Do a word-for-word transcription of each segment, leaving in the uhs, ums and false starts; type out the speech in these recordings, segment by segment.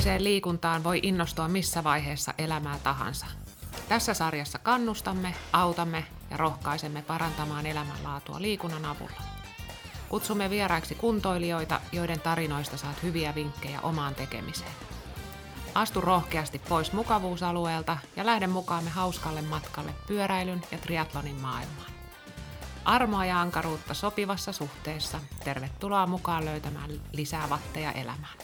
Aktiiviseen liikuntaan voi innostua missä vaiheessa elämää tahansa. Tässä sarjassa kannustamme, autamme ja rohkaisemme parantamaan elämänlaatua liikunnan avulla. Kutsumme vieraiksi kuntoilijoita, joiden tarinoista saat hyviä vinkkejä omaan tekemiseen. Astu rohkeasti pois mukavuusalueelta ja lähde mukaamme hauskalle matkalle pyöräilyn ja triathlonin maailmaan. Armoa ja ankaruutta sopivassa suhteessa. Tervetuloa mukaan löytämään lisää vatteja elämään.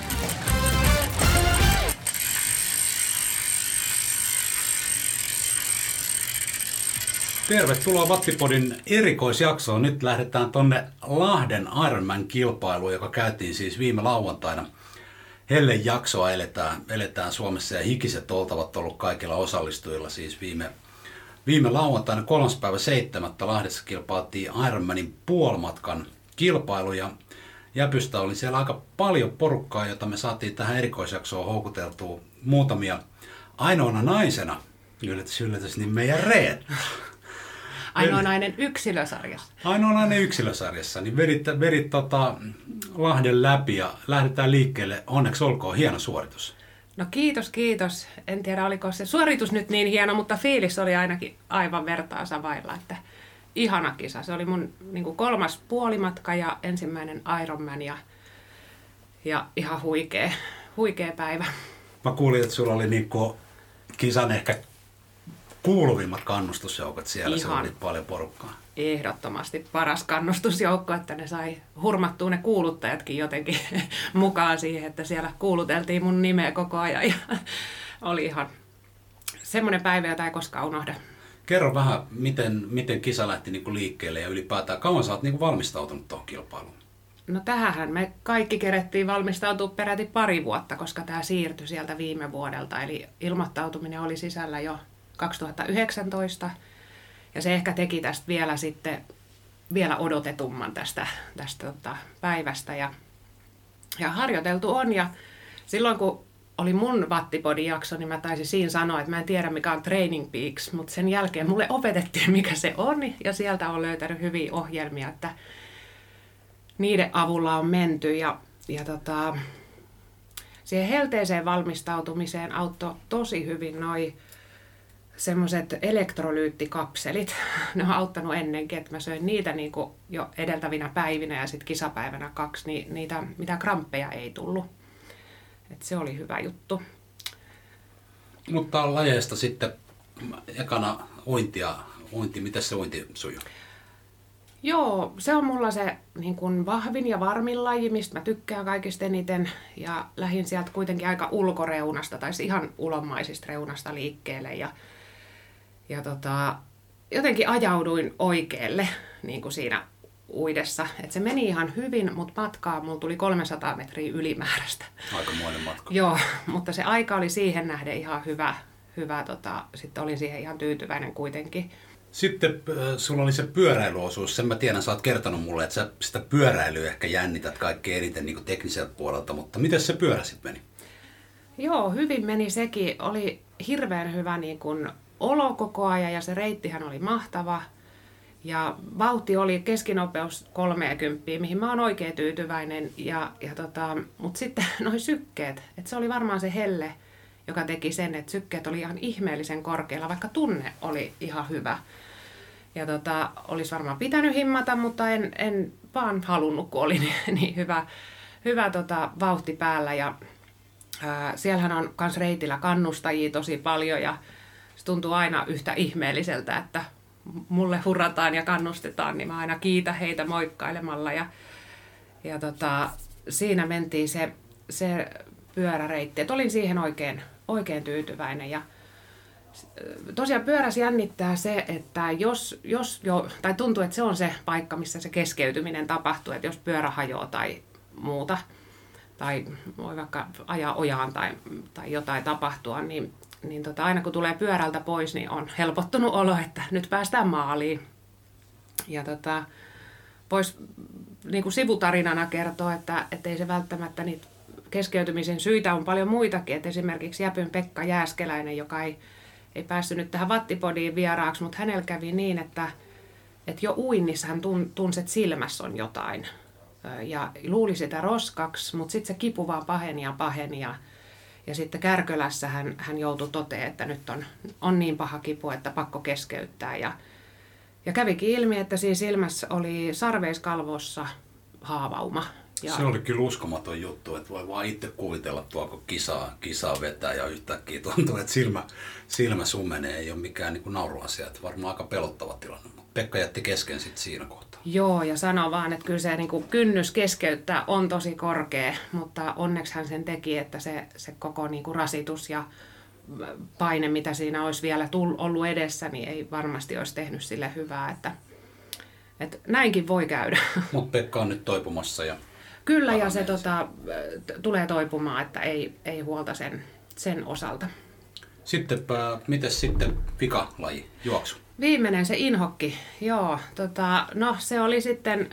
Tervetuloa Vattipodin erikoisjaksoon. Nyt lähdetään tonne Lahden Ironman-kilpailuun, joka käytiin siis viime lauantaina. Hellen jaksoa eletään, eletään Suomessa ja hikiset oltavat ollut kaikilla osallistujilla siis viime, viime lauantaina kolmas päivä seitsemättä Lahdessa kilpailtiin Ironmanin puolimatkan kilpailu ja Jäpystä oli siellä aika paljon porukkaa, jota me saatiin tähän erikoisjaksoon houkuteltua muutamia ainoana naisena, yllätys yllätys, niin meidän Reetta. Ainoa nainen yksilösarjassa. Ainoa nainen yksilösarjassa, niin vedit, vedit tota Lahden läpi ja lähdetään liikkeelle. Onneksi olkoon, hieno suoritus. No kiitos, kiitos. En tiedä, oliko se suoritus nyt niin hieno, mutta fiilis oli ainakin aivan vertaansa vailla, että ihana kisa. Se oli mun niin kuin kolmas puolimatka ja ensimmäinen Ironman ja, ja ihan huikea, huikea päivä. Mä kuulin, että sulla oli niin kuin kisan ehkä kuuluvimmat kannustusjoukot siellä, ihan. Se oli paljon porukkaa. Ehdottomasti paras kannustusjoukko, että ne sai hurmattua ne kuuluttajatkin jotenkin mukaan siihen, että siellä kuuluteltiin mun nimeä koko ajan ja oli ihan semmoinen päivä, jota ei koskaan unohda. Kerro vähän, miten, miten kisa lähti niin kuin liikkeelle ja ylipäätään kauan sä oot niin kuin valmistautunut tuohon kilpailuun? No tähän me kaikki kerettiin valmistautua peräti pari vuotta, koska tämä siirtyi sieltä viime vuodelta, eli ilmoittautuminen oli sisällä jo kaksituhattayhdeksäntoista ja se ehkä teki tästä vielä sitten vielä odotetumman tästä, tästä tota, päivästä ja, ja harjoiteltu on ja silloin kun oli mun Vattipodin jakso, niin mä taisin siinä sanoa, että mä en tiedä mikä on Training Peaks, mutta sen jälkeen mulle opetettiin mikä se on ja sieltä on löytänyt hyviä ohjelmia, että niiden avulla on menty ja, ja tota, siihen helteeseen valmistautumiseen auttoi tosi hyvin noi semmoiset elektrolyyttikapselit. Ne on auttanut ennenkin, että mä söin niitä niin kuin jo edeltävinä päivinä ja sitten kisapäivänä kaksi, niin niitä mitä kramppeja ei tullut. Et se oli hyvä juttu. Mutta lajeista sitten ekana uintia, uinti, miten se uinti sujuu? Joo, se on mulla se niin kuin vahvin ja varmin laji, mistä mä tykkään kaikista eniten. Ja lähdin sieltä kuitenkin aika ulkoreunasta, tai ihan ulommaisista reunasta liikkeelle. Ja, ja tota, jotenkin ajauduin oikealle niin kuin siinä uidessa. Et se meni ihan hyvin, mutta matkaa mulla tuli kolmesataa metriä ylimääräistä. Aikamoinen matka. Joo, mutta se aika oli siihen nähden ihan hyvä. hyvä tota, sitten olin siihen ihan tyytyväinen kuitenkin. Sitten äh, sulla oli se pyöräilyosuus. Sen mä tiedän, sä oot kertonut mulle, että sä sitä pyöräilyä ehkä jännität kaikkein eniten niin kuin tekniseltä puolelta, mutta miten se pyörä sitten meni? Joo, hyvin meni sekin. Oli hirveän hyvä niin kuin olo koko ajan ja se reittihän oli mahtava. Ja vauhti oli keskinopeus kolmekymmentä, mihin mä oon oikein tyytyväinen. Ja, ja tota, mutta sitten noi sykkeet, että se oli varmaan se helle, joka teki sen, että sykkeet oli ihan ihmeellisen korkealla, vaikka tunne oli ihan hyvä. Ja tota, olisi varmaan pitänyt himmata, mutta en, en vaan halunnut, kun oli niin, niin hyvä, hyvä tota, vauhti päällä. Ja, ää, siellähän on myös reitillä kannustajia tosi paljon ja se tuntuu aina yhtä ihmeelliseltä, että mulle hurrataan ja kannustetaan, niin mä aina kiitän heitä moikkailemalla. Ja, ja tota, siinä mentiin se, se pyöräreitti, että olin siihen oikein, oikein tyytyväinen. Ja tosiaan pyörässä jännittää se, että jos, jos jo, tai tuntuu, että se on se paikka, missä se keskeytyminen tapahtuu, että jos pyörä hajoaa tai muuta, tai voi vaikka ajaa ojaan tai, tai jotain tapahtua, niin, niin tota, aina kun tulee pyörältä pois, niin on helpottunut olo, että nyt päästään maaliin. Ja tota, voisi niin kuin sivutarinana kertoa, että ei se välttämättä niitä keskeytymisen syitä on paljon muitakin, että esimerkiksi Jäpyn Pekka Jääskeläinen, joka ei, ei päässyt nyt tähän Vattipodiin vieraaksi, mutta hänellä kävi niin, että, että jo uinnissa hän tun, tunsi, että silmässä on jotain. Ja luuli sitä roskaksi, mutta sitten se kipu vaan paheni ja paheni ja Ja sitten Kärkölässä hän, hän joutui toteen, että nyt on, on niin paha kipu, että pakko keskeyttää. Ja, ja kävikin ilmi, että siinä silmässä oli sarveiskalvossa haavauma. Ja se oli kyllä uskomaton juttu, että voi vaan itse kuvitella tuo, kun kisaa, kisaa vetää ja yhtäkkiä tuntuu, että silmä, silmä sumenee. Ei ole mikään niin kuin nauruasia, että varmaan aika pelottava tilanne. Pekka jätti kesken sitten siinä kohtaa. Joo, ja sanoi vaan, että kyllä se niin kuin kynnys keskeyttää on tosi korkea, mutta onneksi hän sen teki, että se, se koko niin kuin rasitus ja paine, mitä siinä olisi vielä tull, ollut edessä, niin ei varmasti olisi tehnyt sille hyvää, että, että näinkin voi käydä. Mutta Pekka on nyt toipumassa ja kyllä, ja se tota, t- tulee toipumaan, että ei, ei huolta sen, sen osalta. Sittenpä, mites sitten vikalaji, juoksu? Viimeinen se inhokki, joo. Tota, no se oli sitten,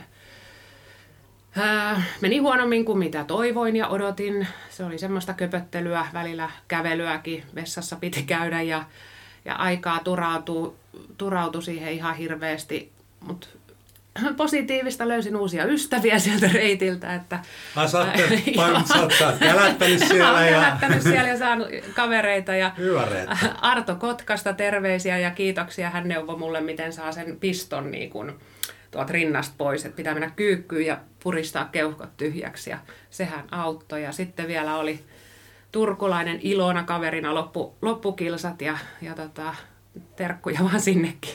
ää, meni huonommin kuin mitä toivoin ja odotin. Se oli semmoista köpöttelyä, välillä kävelyäkin, vessassa piti käydä ja, ja aikaa turautui, turautui siihen ihan hirveästi. Mutta positiivista, löysin uusia ystäviä sieltä reitiltä. Että, ah, sä oot kälättänyt siellä. Ja... kälättänyt siellä ja saanut kavereita. Ja hyvä Arto Kotkasta terveisiä ja kiitoksia. Hän neuvoi mulle, miten saa sen piston niin kun, tuolta rinnasta pois. Että pitää mennä kyykkyyn ja puristaa keuhkot tyhjäksi. Ja sehän auttoi. Ja sitten vielä oli turkulainen Ilona kaverina loppu, loppukilsat ja, ja tota, terkkuja vaan sinnekin.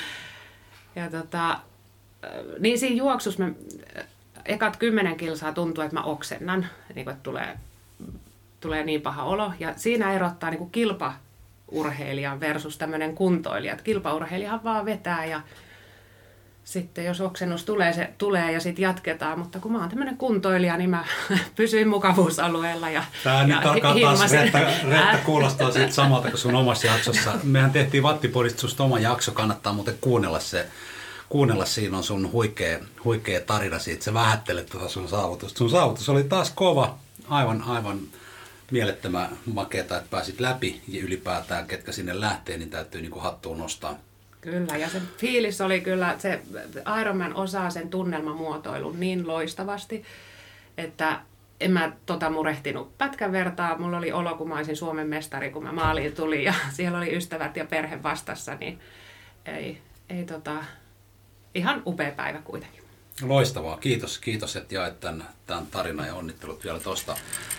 Ja tota... Niin siinä juoksussa me ekat kymmenen kilsaa tuntuu, että mä oksennan, niin kuin, että tulee, tulee niin paha olo. Ja siinä erottaa niin kuin kilpaurheilijan versus tämmöinen kuntoilija. Että kilpaurheilijahan vaan vetää ja sitten jos oksennus tulee, se tulee ja sitten jatketaan. Mutta kun mä oon tämmöinen kuntoilija, niin mä pysyin mukavuusalueella. Ja, Tämä ja nyt alkaa taas Reetta, Reetta kuulostaa siitä samalta kuin sun omassa jaksossa. Mehän tehtiin Vattipodista susta oma jakso, kannattaa muuten kuunnella se. Kuunnella, siinä on sun huikea, huikea tarina siitä, sä vähättelet tuota sun saavutusta. Sun saavutus oli taas kova, aivan, aivan mielettömän makeata, että pääsit läpi ja ylipäätään, ketkä sinne lähtee, niin täytyy niin kuin hattuun nostaa. Kyllä, ja se fiilis oli kyllä, se Ironman osaa sen tunnelmamuotoilun niin loistavasti, että en mä tota murehtinut pätkän vertaa. Mulla oli olo, kun mä olisin Suomen mestari, kun mä maaliin tulin ja siellä oli ystävät ja perhe vastassa, niin ei, ei tota... Ihan upea päivä kuitenkin. Loistavaa. Kiitos, kiitos että jaet tämän, tämän tarinan ja onnittelut vielä tuosta.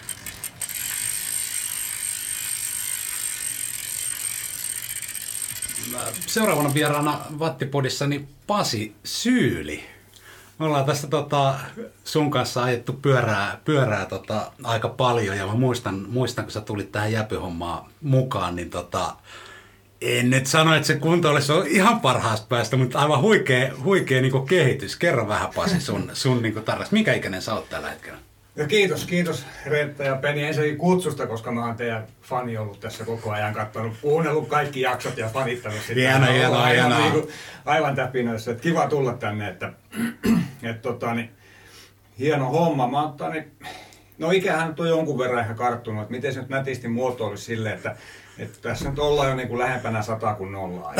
Seuraavana vieraana Vattipodissani Pasi Syyli. Me ollaan tässä tota, sun kanssa ajettu pyörää, pyörää tota, aika paljon ja mä muistan, muistan, kun sä tulit tähän jäpyhommaan mukaan, niin tota, en nyt sano, että se kunto olisi ihan parhaasta päästä, mutta aivan huikea, huikea niin kuin kehitys. Kerro vähän, Pasi, sun, sun niin tarras. Minkä ikäinen sä oot tällä hetkellä? Ja kiitos, kiitos Reetta ja Peni ensinnäkin kutsusta, koska mä oon teidän fani ollut tässä koko ajan, katsonut, kuunnellut kaikki jaksot ja fanittanut sitä. Hieno, hieno, aivan, niin kuin, aivan täpinöissä. Että kiva tulla tänne, että, että tota, niin, hieno homma. Mä oon, niin, no ikähän nyt on jonkun verran ehkä karttunut, että miten se nyt nätisti muotoilisi silleen, että että tässä nyt ollaan jo niin kuin lähempänä sata kuin nollaa.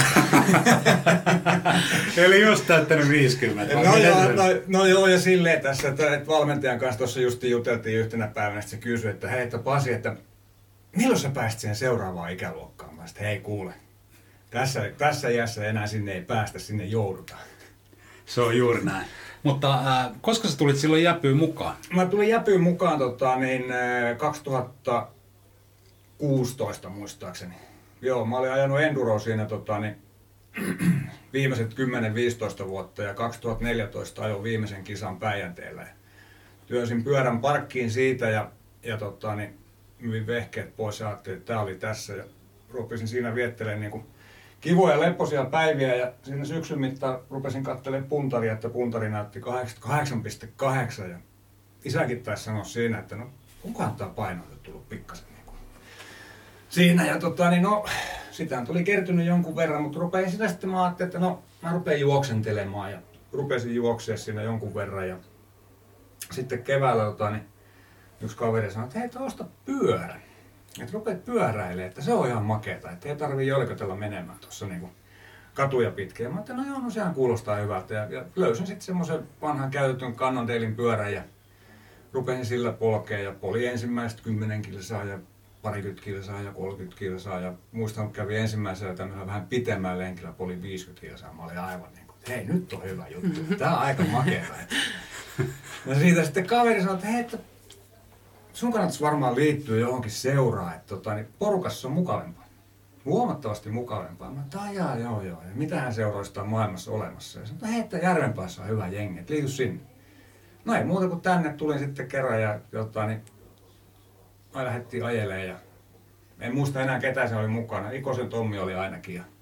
Eli just täyttänyt viisikymmentä. No joo, no, no joo, ja silleen tässä, että, että valmentajan kanssa tuossa just juteltiin yhtenä päivänä, että se kysyi, että hei, että Pasi, että milloin sä pääsit siihen seuraavaan ikäluokkaan? Mä sitten, hei kuule, tässä, tässä iässä enää sinne ei päästä, sinne joudutaan. Se on juuri näin. Mutta äh, koska sä tulit silloin Jäpyyn mukaan? Mä tulin Jäpyyn mukaan tota, niin, äh, kaksituhattakuusitoista muistaakseni. Joo, mä olin ajanut enduroa siinä tota, niin, viimeiset kymmenen viisitoista vuotta ja kaksituhattaneljätoista ajoin viimeisen kisan Päijänteellä. Työnsin pyörän parkkiin siitä ja, ja tota, niin, myin vehkeet pois ja ajattelin, että tää oli tässä. Ja rupesin siinä viettelemään niin kuin kivoja leppoisia päiviä ja siinä syksyn mittaan rupesin katselemaan puntaria, että puntari näytti kahdeksankymmentäkahdeksan pilkku kahdeksan ja isäkin taisi sanoa siinä, että no onkohan tää painoille tullut pikkasen niin kuin siinä ja tota niin no sitähän tuli kertynyt jonkun verran, mutta rupesin sitä sitten mä ajattelin, että no mä rupean juoksentelemaan ja rupesin juoksea siinä jonkun verran ja sitten keväällä tota, niin yksi kaveri sanoi, että hei, osta pyörän. Että rupeat pyöräilemään, että se on ihan makeeta, että ei tarvii jolkotella menemään tuossa niinku katuja pitkin. Ja mä ajattelin, no joo, no sehän kuulostaa hyvältä. Ja, ja löysin sitten semmoisen vanhan käytetyn Cannondalein pyörän ja rupesin sillä polkeen ja poli ensimmäiset kymmenen kilsaa ja parikymmentä kilsaa ja kolmekymmentä kilsaa. Ja muistan, kun kävi ensimmäisellä tämmöisellä vähän pitemmän lenkillä, kun oli viisikymmentä kilsaa. Mä olin aivan niin kuin, että hei, nyt on hyvä juttu. Tää on aika makeata. Ja siitä sitten kaveri sanoi, että hei, että sun kannattaisi varmaan liittyä johonkin seuraan, että tota, niin porukassa on mukavempaa. Huomattavasti mukavempaa. Mä sanoin, jaa, joo, joo. Ja mitähän seuroista on maailmassa olemassa? Ja sanoin, että hei, että Järvenpäässä on hyvä jengi, että liity sinne. No ei muuta kuin tänne tulin sitten kerran ja jotain, niin me lähdettiin ajelemaan ja en muista enää ketään se oli mukana. Ikosen Tommi oli ainakin ja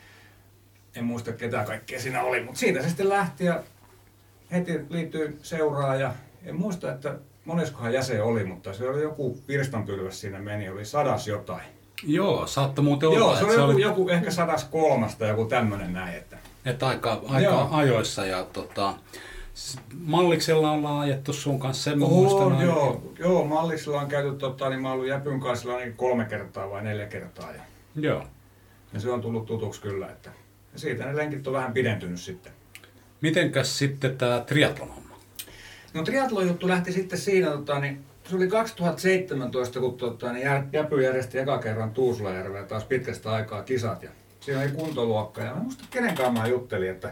en muista ketään kaikkea siinä oli, mutta siitä se sitten lähti ja heti liittyi seuraan ja en muista, että moneskohan jäsen oli, mutta se oli joku virstanpylväs siinä meni, oli sadas jotain. Joo, saattoi muuten olla. Joo, se oli joku, oli... joku ehkä sadas kolmasta, joku tämmönen näin. Että, että aika, aika ajoissa ja tota, Malliksella ollaan ajettu sun kanssa, sen mä muistan. Joo, joo, Malliksella on käyty, tota, niin mä oon ollut Jäpyn kanssa ainakin kolme kertaa vai neljä kertaa. Ja, joo. Ja se on tullut tutuksi kyllä, että ja siitä ne lenkit on vähän pidentynyt sitten. Mitenkäs sitten tää triathlon-homma? No triathlon juttu lähti sitten siinä, tota, niin, se oli kaksituhattaseitsemäntoista, kun tota, niin Jäpy järjesti eka kerran Tuusulajärvellä taas pitkästä aikaa kisat. Ja siinä oli kuntoluokka ja mä muista kenenkaan mä juttelin, että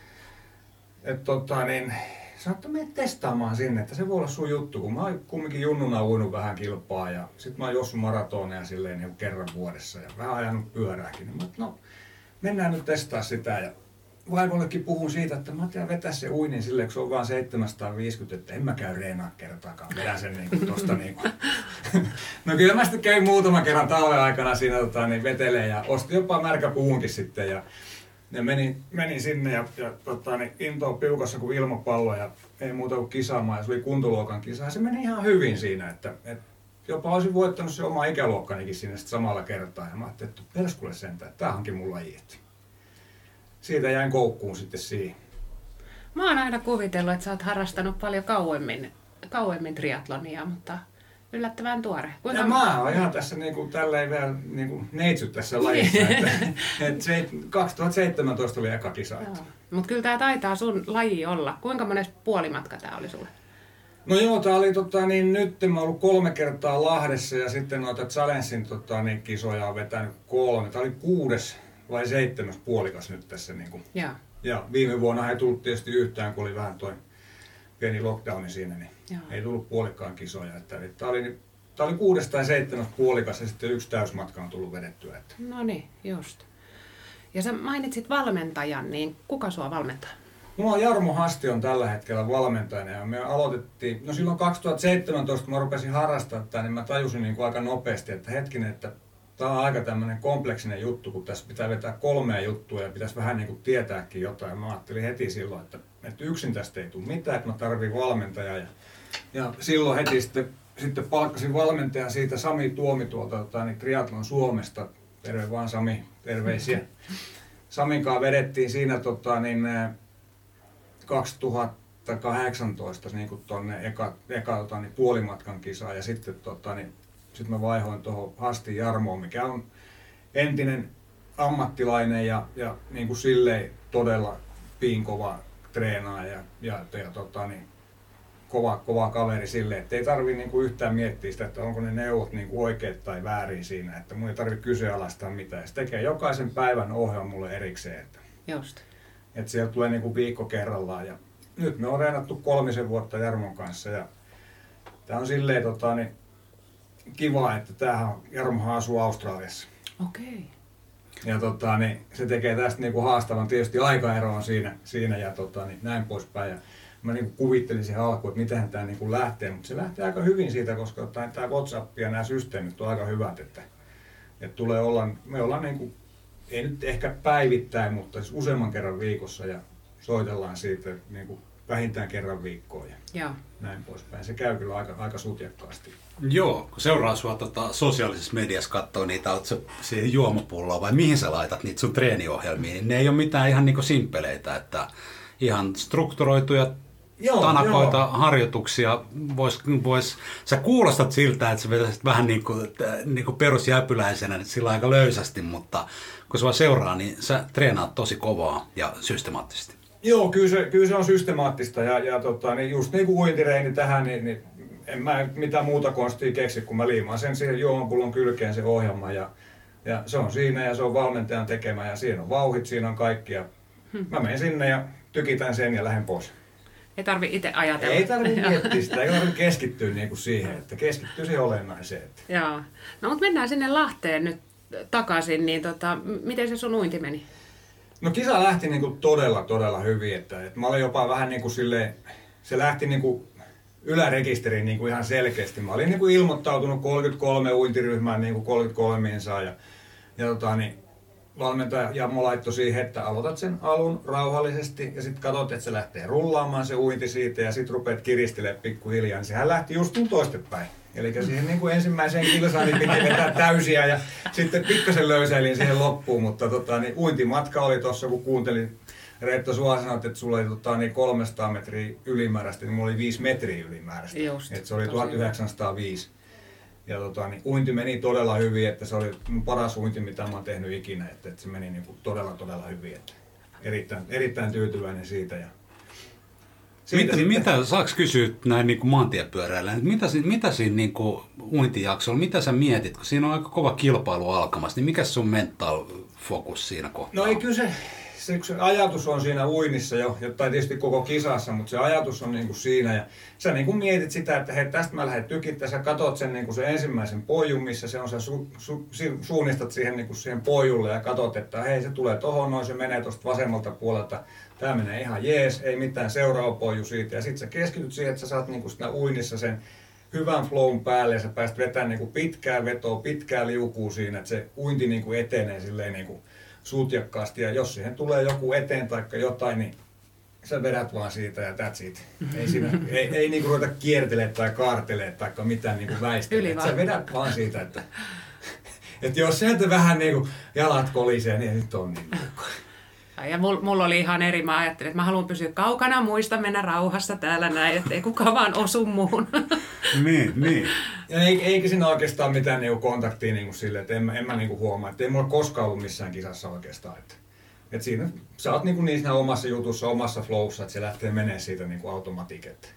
et, tota, niin, sanoin, että mene testaamaan sinne, että se voi olla sun juttu, kun mä oon kumminkin junnuna uinut vähän kilpaa ja sit mä oon jossut maratoneja silleen niin kerran vuodessa ja vähän ajanut pyörääkin. Niin mä, no mennään nyt testaa sitä ja vaimollekin puhun siitä, että mä tiedän vetää se uinin silleen, kun se on vaan seitsemänsataaviisikymmentä, että en mä käy reenaa kertaakaan, vedän sen niin kuin tosta niin kuin. No kyllä mä sitten käyn muutaman kerran talven aikana siinä tota, niin vetelee ja ostin jopa märkäpuunkin sitten ja, ja menin, menin sinne ja, ja tota, niin intoa piukassa kuin ilmapallo ja ei muuta kuin kisaamaan ja se oli kuntoluokan kisa ja se meni ihan hyvin siinä, että et, jopa olisin voittanut se oma ikäluokkanikin sinne samalla kertaa ja mä ajattelin, että perskulle sentään, että tää onkin mun laji. Siitä jäin koukkuun sitten siihen. Mä oon aina kuvitellut, että sä oot harrastanut paljon kauemmin, kauemmin triathlonia, mutta yllättävän tuore. Kuinka... Ja mä oon ihan tässä niinku, tälleen vielä niinku, neitsyt tässä lajissa. että, et se, kaksituhattaseitsemäntoista oli eka kisa. Mutta kyllä tää taitaa sun laji olla. Kuinka mones puolimatka tää oli sulle? No joo, tää oli tota, niin, nyt mä oon ollut kolme kertaa Lahdessa ja sitten noita Challengein tota, niin, kisoja on vetänyt kolme. Tää oli kuudes vai seitsemäs puolikas nyt tässä. Niin kuin. Ja. ja viime vuonna ei tullut tietysti yhtään, kun oli vähän toi pieni lockdowni siinä, niin ja. ei tullut puolikkaan kisoja. Että, että tää, oli, tää oli kuudes tai seitsemäs puolikas ja sitten yksi täysmatka on tullut vedettyä. Että. No niin, just. Ja sä mainitsit valmentajan, niin kuka sua valmentaa? Mulla on Jarmo Hasti on tällä hetkellä valmentajana ja me aloitettiin, no silloin kaksituhattaseitsemäntoista kun mä rupesin harrastamaan tämän, niin mä tajusin niin kuin aika nopeasti, että hetkinen, että tää on aika tämmönen kompleksinen juttu, kun tässä pitää vetää kolmea juttua ja pitäisi vähän niin kuin tietääkin jotain. Mä ajattelin heti silloin, että, että yksin tästä ei tule mitään, että mä tarvin valmentajaa. Ja, ja silloin heti sitten, sitten palkkasin valmentajan siitä Sami Tuomi tuolta tota, niin Triathlon Suomesta. Terve vaan Sami, terveisiä. Samin kanssa vedettiin siinä tota, niin, kaksituhattakahdeksantoista niin kuin tonne eka, eka tota, niin puolimatkan kisaa ja sitten tota, niin, sitten mä vaihoin tuohon Hastin Jarmoon, mikä on entinen ammattilainen ja, ja niin kuin silleen todella piinkova treenaaja ja, ja, ja tota, niin, kova, kova kaveri silleen, että ei tarvitse niin kuin yhtään miettiä sitä, että onko ne neuvot niin kuin oikeat tai väärin siinä, että mun ei tarvitse kyseenalaistaa mitään. Se tekee jokaisen päivän ohjelman mulle erikseen. Että, Just. että siellä tulee niin kuin viikko kerrallaan ja nyt me on reenattu kolmisen vuotta Jarmon kanssa ja tää on silleen tota, niin, kiva, että tämähän on, Jarmohan asuu Australiassa. Okei. Okay. Ja tota, niin, se tekee tästä niinku haastavan, tietysti aikaero on siinä, siinä ja tota, niin, näin poispäin. Ja mä niinku kuvittelin siihen alkuun, että miten tämä niinku lähtee, mutta se lähtee aika hyvin siitä, koska tämä WhatsApp ja nämä systeemit on aika hyvät, että, että tulee olla, me ollaan niinku, ei nyt ehkä päivittäin, mutta siis useamman kerran viikossa ja soitellaan siitä niinku vähintään kerran viikkoon ja Joo. näin poispäin. Se käy kyllä aika, aika sutjakkaasti. Joo, kun seuraa sua tota, sosiaalisessa mediassa, katsoo niitä, oot sä siihen juomapulloon vai mihin sä laitat niitä sun treeniohjelmiin, niin ne ei ole mitään ihan niinku simpeleitä, että ihan strukturoituja joo, tanakoita, joo. harjoituksia, vois, vois, sä kuulostat siltä, että sä vetäisit vähän niin kuin, niin kuin perusjäpyläisenä sillä aika löysästi, mutta kun sua seuraa, niin sä treenaat tosi kovaa ja systemaattisesti. Joo, kyllä se, kyllä se on systemaattista ja, ja tota, niin just niin kuin uintireeni tähän, niin, niin en mä mitään muuta konstia keksi, kun mä liimaan sen siihen juomapullon kylkeen se ohjelma ja, ja se on siinä ja se on valmentajan tekemä ja siinä on vauhit, siinä on kaikki ja hmm. mä menen sinne ja tykitän sen ja lähden pois. Ei tarvi itse ajatella. Ei tarvi miettiä sitä, ei tarvi keskittyä niin kuin siihen, että keskittyy siihen olennaiseen. Joo. No mutta mennään sinne Lahteen nyt takaisin, niin tota, miten se sun uinti meni? No kisa lähti niin kuin todella, todella hyvin, että, että mä olin jopa vähän niin kuin silleen, se lähti niin kuin ylärekisteriin niin kuin ihan selkeästi. Mä olin niin kuin ilmoittautunut kolmekymmentäkolme uintiryhmään niin kuin kolmekymmentäkolme minsaa ja, ja tota, niin, valmentaja Jammo laittoi siihen, että aloitat sen alun rauhallisesti ja sitten katsot, että se lähtee rullaamaan se uinti siitä ja sitten rupeat kiristelemään pikkuhiljaa. Niin sehän lähti just niin toistepäin. Eli siihen niin kuin ensimmäiseen kilsaan niin piti vetää täysiä ja sitten pikkasen löysäilin siihen loppuun, mutta tota, niin uintimatka oli tuossa, kun kuuntelin Reetta sua sanoit, että sulla oli tota, niin kolmesataa metriä ylimääräistä, niin mulla oli viisi metriä ylimääräistä. Just, että se oli tuhatyhdeksänsataaviisi. Ja tota, niin uinti meni todella hyvin, että se oli mun paras uinti, mitä mä oon tehnyt ikinä. Että, että se meni niin kuin todella, todella hyvin. Että erittäin, erittäin tyytyväinen siitä. Ja siitä mitä, mitä, saaks kysyä näin niin kuin maantiepyöräillä, mitä, mitä siinä niin kuin uintijaksolla, mitä sä mietit, kun siinä on aika kova kilpailu alkamassa, niin mikä sun mental focus siinä kohtaa? No ei kyllä se, se, se ajatus on siinä uinnissa jo, tai tietysti koko kisassa, mutta se ajatus on niin kuin siinä. Ja sä niin kuin mietit sitä, että hei, tästä mä lähden tykittämään, sä katot sen, niin kuin sen ensimmäisen pojun, missä se on, sä su, su, suunnistat siihen, niin kuin siihen pojulle ja katot, että hei, se tulee tohon noin, se menee tuosta vasemmalta puolelta. Tää menee ihan jees, ei mitään seuraava poju siitä. Ja sit sä keskityt siihen, että sä saat niinku sitä uinnissa sen hyvän flown päälle ja sä pääst vetämään niinku pitkää vetoa, pitkää liukua siinä, että se uinti niinku etenee silleen niinku sutjakkaasti. Ja jos siihen tulee joku eteen tai jotain, niin sä vedät vaan siitä ja that's it. Ei, siinä, ei, ei niinku ruveta kiertelee tai kaartelee tai mitään niinku väistellä. Sä vedät vaan siitä, että, että jos sieltä vähän niinku jalat kolisee, niin nyt on niin. Ja mulla oli ihan eri, mä ajattelin, että mä haluan pysyä kaukana muista, mennä rauhassa täällä näin, ettei kukaan vaan osu muuhun. Niin, niin. Ja eikä siinä oikeastaan mitään niinku kontaktia niinku sille, että en mä, en mä niinku huomaa, että ei mulla koskaan ollut missään kisassa oikeastaan. Että, että siinä sä oot niinku niin siinä omassa jutussa, omassa flowssa, että se lähtee menee siitä niinku automatiketta.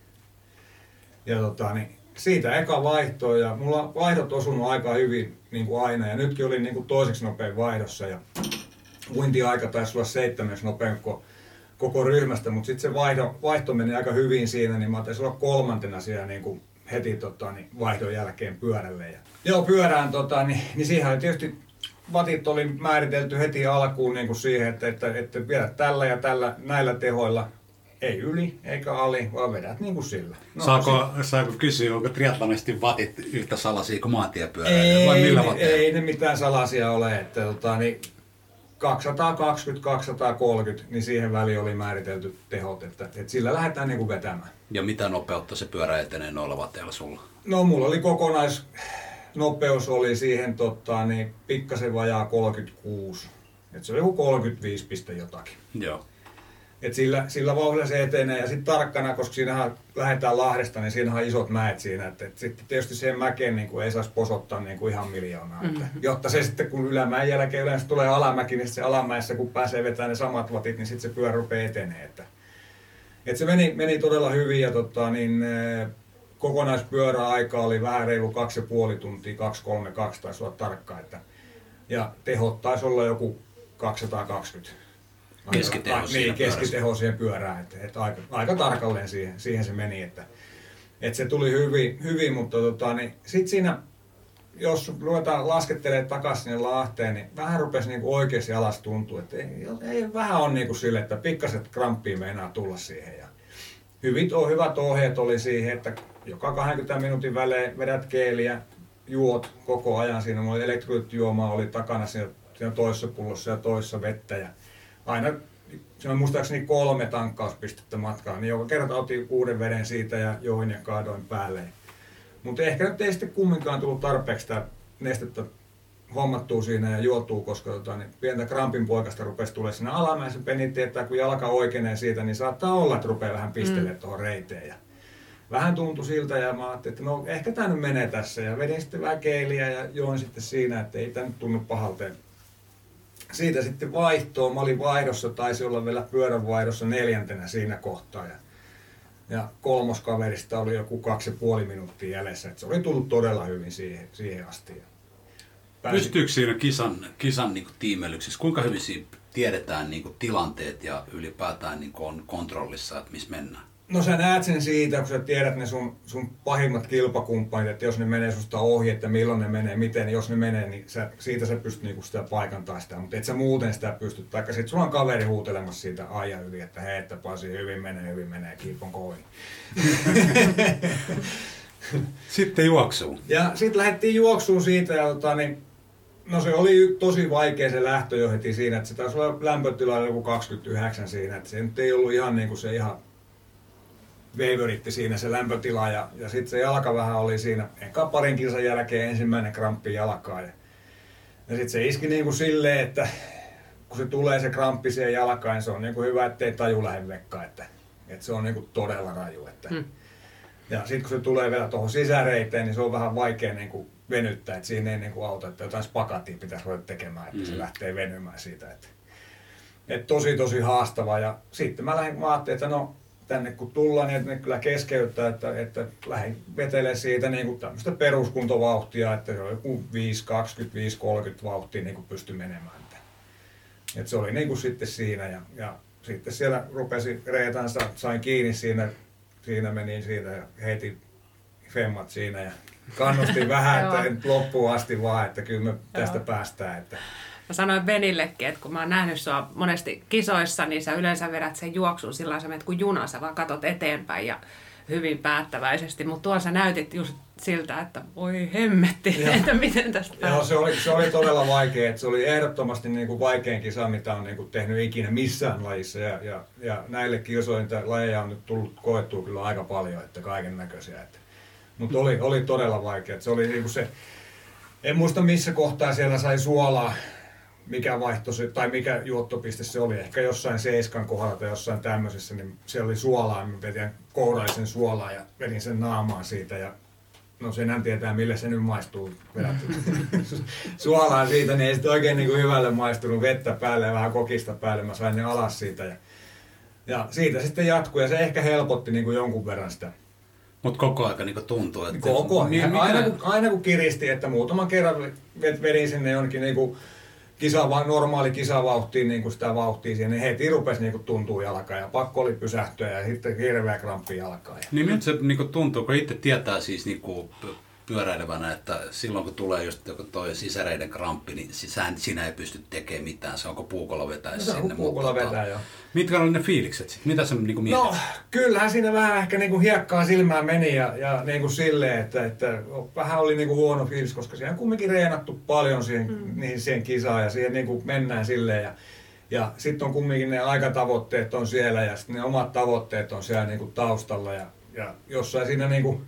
Ja tota, niin siitä eka vaihto ja mulla on vaihdot osunut aika hyvin niinku aina ja nytkin oli niinku toiseksi nopein vaihdossa. Ja uintiaika taisi olla seitsemäs nopein koko ryhmästä, mutta sitten se vaihdo, vaihto meni aika hyvin siinä, niin mä taisin olla kolmantena siellä niin kuin heti tota, niin vaihdon jälkeen pyörälle. Ja, joo, pyörään, tota, niin, niin siihen oli tietysti vatit oli määritelty heti alkuun niin kuin siihen, että, että, että vedät tällä ja tällä näillä tehoilla, ei yli eikä ali, vaan vedät niin kuin sillä. No, saako, sit... saako kysyä, onko triatlonisti vatit yhtä salaisia kuin maantiepyöräilijät vai millä vateilla? Ei ne mitään salaisia ole, että tota, niin, kaksisataakaksikymmentä kaksisataakolmekymmentä, niin siihen väliin oli määritelty tehot, että, että sillä lähdetään niin kuin vetämään. Ja mitä nopeutta se pyörä etenee noilla vateilla sulla? No mulla oli kokonaisnopeus oli siihen tota, niin pikkasen vajaa kolmekymmentäkuusi. Et se oli joku kolmekymmentäviisi piste jotakin. Joo. Et sillä, sillä vauhdilla se etenee ja sitten tarkkana, koska siinähän lähdetään Lahdesta, niin siinähän on isot mäet siinä. Että et sitten tietysti siihen mäkeen niin kuin ei saisi posottaa niin kuin ihan miljoonaa. Mm-hmm. Että, jotta se sitten kun ylämäen jälkeen yleensä tulee alamäki, niin se alamäessä kun pääsee vetämään ne samat vatit, niin sitten se pyörä rupeaa etenee. Että, et se meni, meni todella hyvin ja tota, niin, kokonaispyöräaika oli vähän reilu kaksi ja puoli tuntia, kaksi kolme kaksi taisi olla tarkka. Että, ja tehot taisi olla joku kaksisataakaksikymmentä. Keskiteho niin, keskiteho siihen pyörään, että, että aika, aika tarkalleen siihen, siihen se meni, että, että se tuli hyvin, hyvin mutta tota, niin, sitten siinä, jos ruvetaan laskettelemaan takaisin sinne Lahteen, niin vähän rupesi niin oikeasti alas tuntua, että ei, ei vähän on niin kuin sille, että pikkaset kramppia meinaa tulla siihen. Ja hyvit, hyvät ohjeet oli siihen, että joka kaksikymmentä minuutin välein vedät keeliä, juot koko ajan siinä, mulla elektrolyyttijuomaa oli takana siinä, siinä toisessa pullossa ja toisessa vettä. Ja aina, siinä on muistaakseni kolme tankkauspistettä matkaa, niin joka kerta otin uuden veden siitä ja join ja kaadoin päälle. Mutta ehkä nyt ei sitten kumminkaan tullut tarpeeksi sitä nestettä hommattua siinä ja juotua, koska tota, niin pientä krampin poikasta rupesi tulemaan siinä alamäen. Se Penni tietää, kun jalka oikeenee siitä, niin saattaa olla, että rupeaa vähän pistelemään mm. tuohon reiteen. Ja vähän tuntui siltä ja mä ajattelin, että no ehkä tämä nyt menee tässä. Ja vedin sitten vähän keiliä ja join sitten siinä, että ei tämä nyt tunnu pahalteen. Siitä sitten vaihtoon. Mä olin vaihdossa, taisi olla vielä pyörän vaihdossa neljäntenä siinä kohtaa. Ja Ja kolmoskaverista oli joku kaksi ja puoli minuuttia jäljessä. Et se oli tullut todella hyvin siihen, siihen asti. Pääsi... Pystyykö siinä kisan, kisan niin kuin tiimeilyksissä, kuinka hyvin siinä tiedetään niin kuin tilanteet ja ylipäätään niin kuin on kontrollissa, että missä mennään? No sä näet sen siitä, kun sä tiedät ne sun, sun pahimmat kilpakumppanit, että jos ne menee susta ohi, että milloin ne menee, miten, niin jos ne menee, niin sä, siitä sä pystyt niinku sitä paikantaa sitä, mutta et sä muuten sitä pysty. Taikka sit sulla on kaveri huutelemassa siitä ajan yli, että hei, että Pasi, hyvin menee, hyvin menee, keep on going. Sitten juoksuun. Ja sit lähdettiin juoksuun siitä ja tota, niin, no se oli tosi vaikea se lähtö jo heti siinä, että se taisi olla lämpötila joku kaksikymmentäyhdeksän siinä, että se nyt ei ollut ihan niinku se ihan veiveritti siinä se lämpötila ja, ja sitten se jalka vähän oli siinä eka parin kilsan jälkeen ensimmäinen kramppi jalkaan. Ja, ja sitten se iski niin kuin silleen, että kun se tulee se kramppi siihen jalkaan, niin se on niin kuin hyvä, ettei taju lähde vekkaan, että, että se on niin kuin todella raju. Että. Hmm. Ja sitten kun se tulee vielä tuohon sisäreiteen, niin se on vähän vaikea niin kuin venyttää, että siinä ei niin kuin auta, että jotain spagatia pitäisi ruveta tekemään, että hmm. se lähtee venymään siitä. Että, että tosi tosi haastava ja sitten mä lähdin, mä ajattelin, että no tänne kun tullaan, niin ne kyllä keskeyttää, että, että lähdin vetelemään siitä niin kuin tämmöistä peruskuntovauhtia, että se on joku viisi kaksikymmentä viisi kolmekymmentä vauhtia niin kuin pystyi menemään. Että, että se oli niin kuin sitten siinä ja, ja sitten siellä rupesi Reetansa, sain kiinni siinä, siinä menin siitä ja heitin femmat siinä ja kannustin vähän, että loppuun asti vaan, että kyllä me tästä päästään. Että. Mä sanoin Benillekin, että kun mä oon nähnyt sua monesti kisoissa, niin sä yleensä vedät sen juoksun sillä lailla, sä menet kuin juna, sä vaan katot eteenpäin ja hyvin päättäväisesti. Mutta tuolla sä näytit just siltä, että voi hemmetti, että miten tästä päästä. Joo, se oli, se oli todella vaikea. Että se oli ehdottomasti niin kuin vaikein kisa, mitä on niin kuin tehnyt ikinä missään lajissa. Ja, ja, ja näille kisoille lajeja on nyt tullut koettua kyllä aika paljon, että kaiken näköisiä. Mutta oli, oli todella vaikea. Se oli niin kuin se, en muista missä kohtaa siellä sai suolaa. Mikä vaihto se, tai mikä juottopiste se oli, ehkä jossain seiskan kohdalla tai jossain tämmöisessä, niin siellä oli suolaa, mä vedin kourallisen suolaa ja vedin sen naamaan siitä ja no senhän tietää mille se nyt maistuu vedetty suolaa siitä, niin ei sitten oikein niin kuin hyvälle maistunut vettä päälle ja vähän kokista päälle, mä sain ne alas siitä ja, ja siitä sitten jatkui ja se ehkä helpotti niin kuin jonkun verran sitä. Mutta koko ajan niin tuntuu, että... Koko ajan, aina, kun, aina kun kiristi, että muutaman kerran vedin sinne jonnekin niin kuin Kisa, normaali kisavauhtiin, niin kuin sitä vauhtia siihen, niin heti rupesi niin tuntuu jalkaa ja pakko oli pysähtyä ja sitten hirveä kramppi jalkaa. Niin miltä se niin kuin tuntuu, kun itse tietää siis niin kuin pyöräilevänä, että silloin kun tulee just toi sisäreiden kramppi, niin sinä ei pysty tekemään mitään, se onko puukolla vetää no, sinne. Puukolla vetää, joo. Mitkä oli ne fiilikset sitten? Mitä sä niin kuin mietit? No kyllähän siinä vähän ehkä niin kuin hiekkaa silmään meni ja, ja niin kuin silleen, että, että vähän oli niin kuin huono fiilis, koska siihen on kumminkin reenattu paljon siihen, mm. niin siihen kisaan ja siihen niin kuin mennään silleen. Ja, ja sitten on kumminkin ne aikatavoitteet on siellä ja sitten ne omat tavoitteet on siellä niin kuin taustalla ja, ja jossain siinä niin kuin,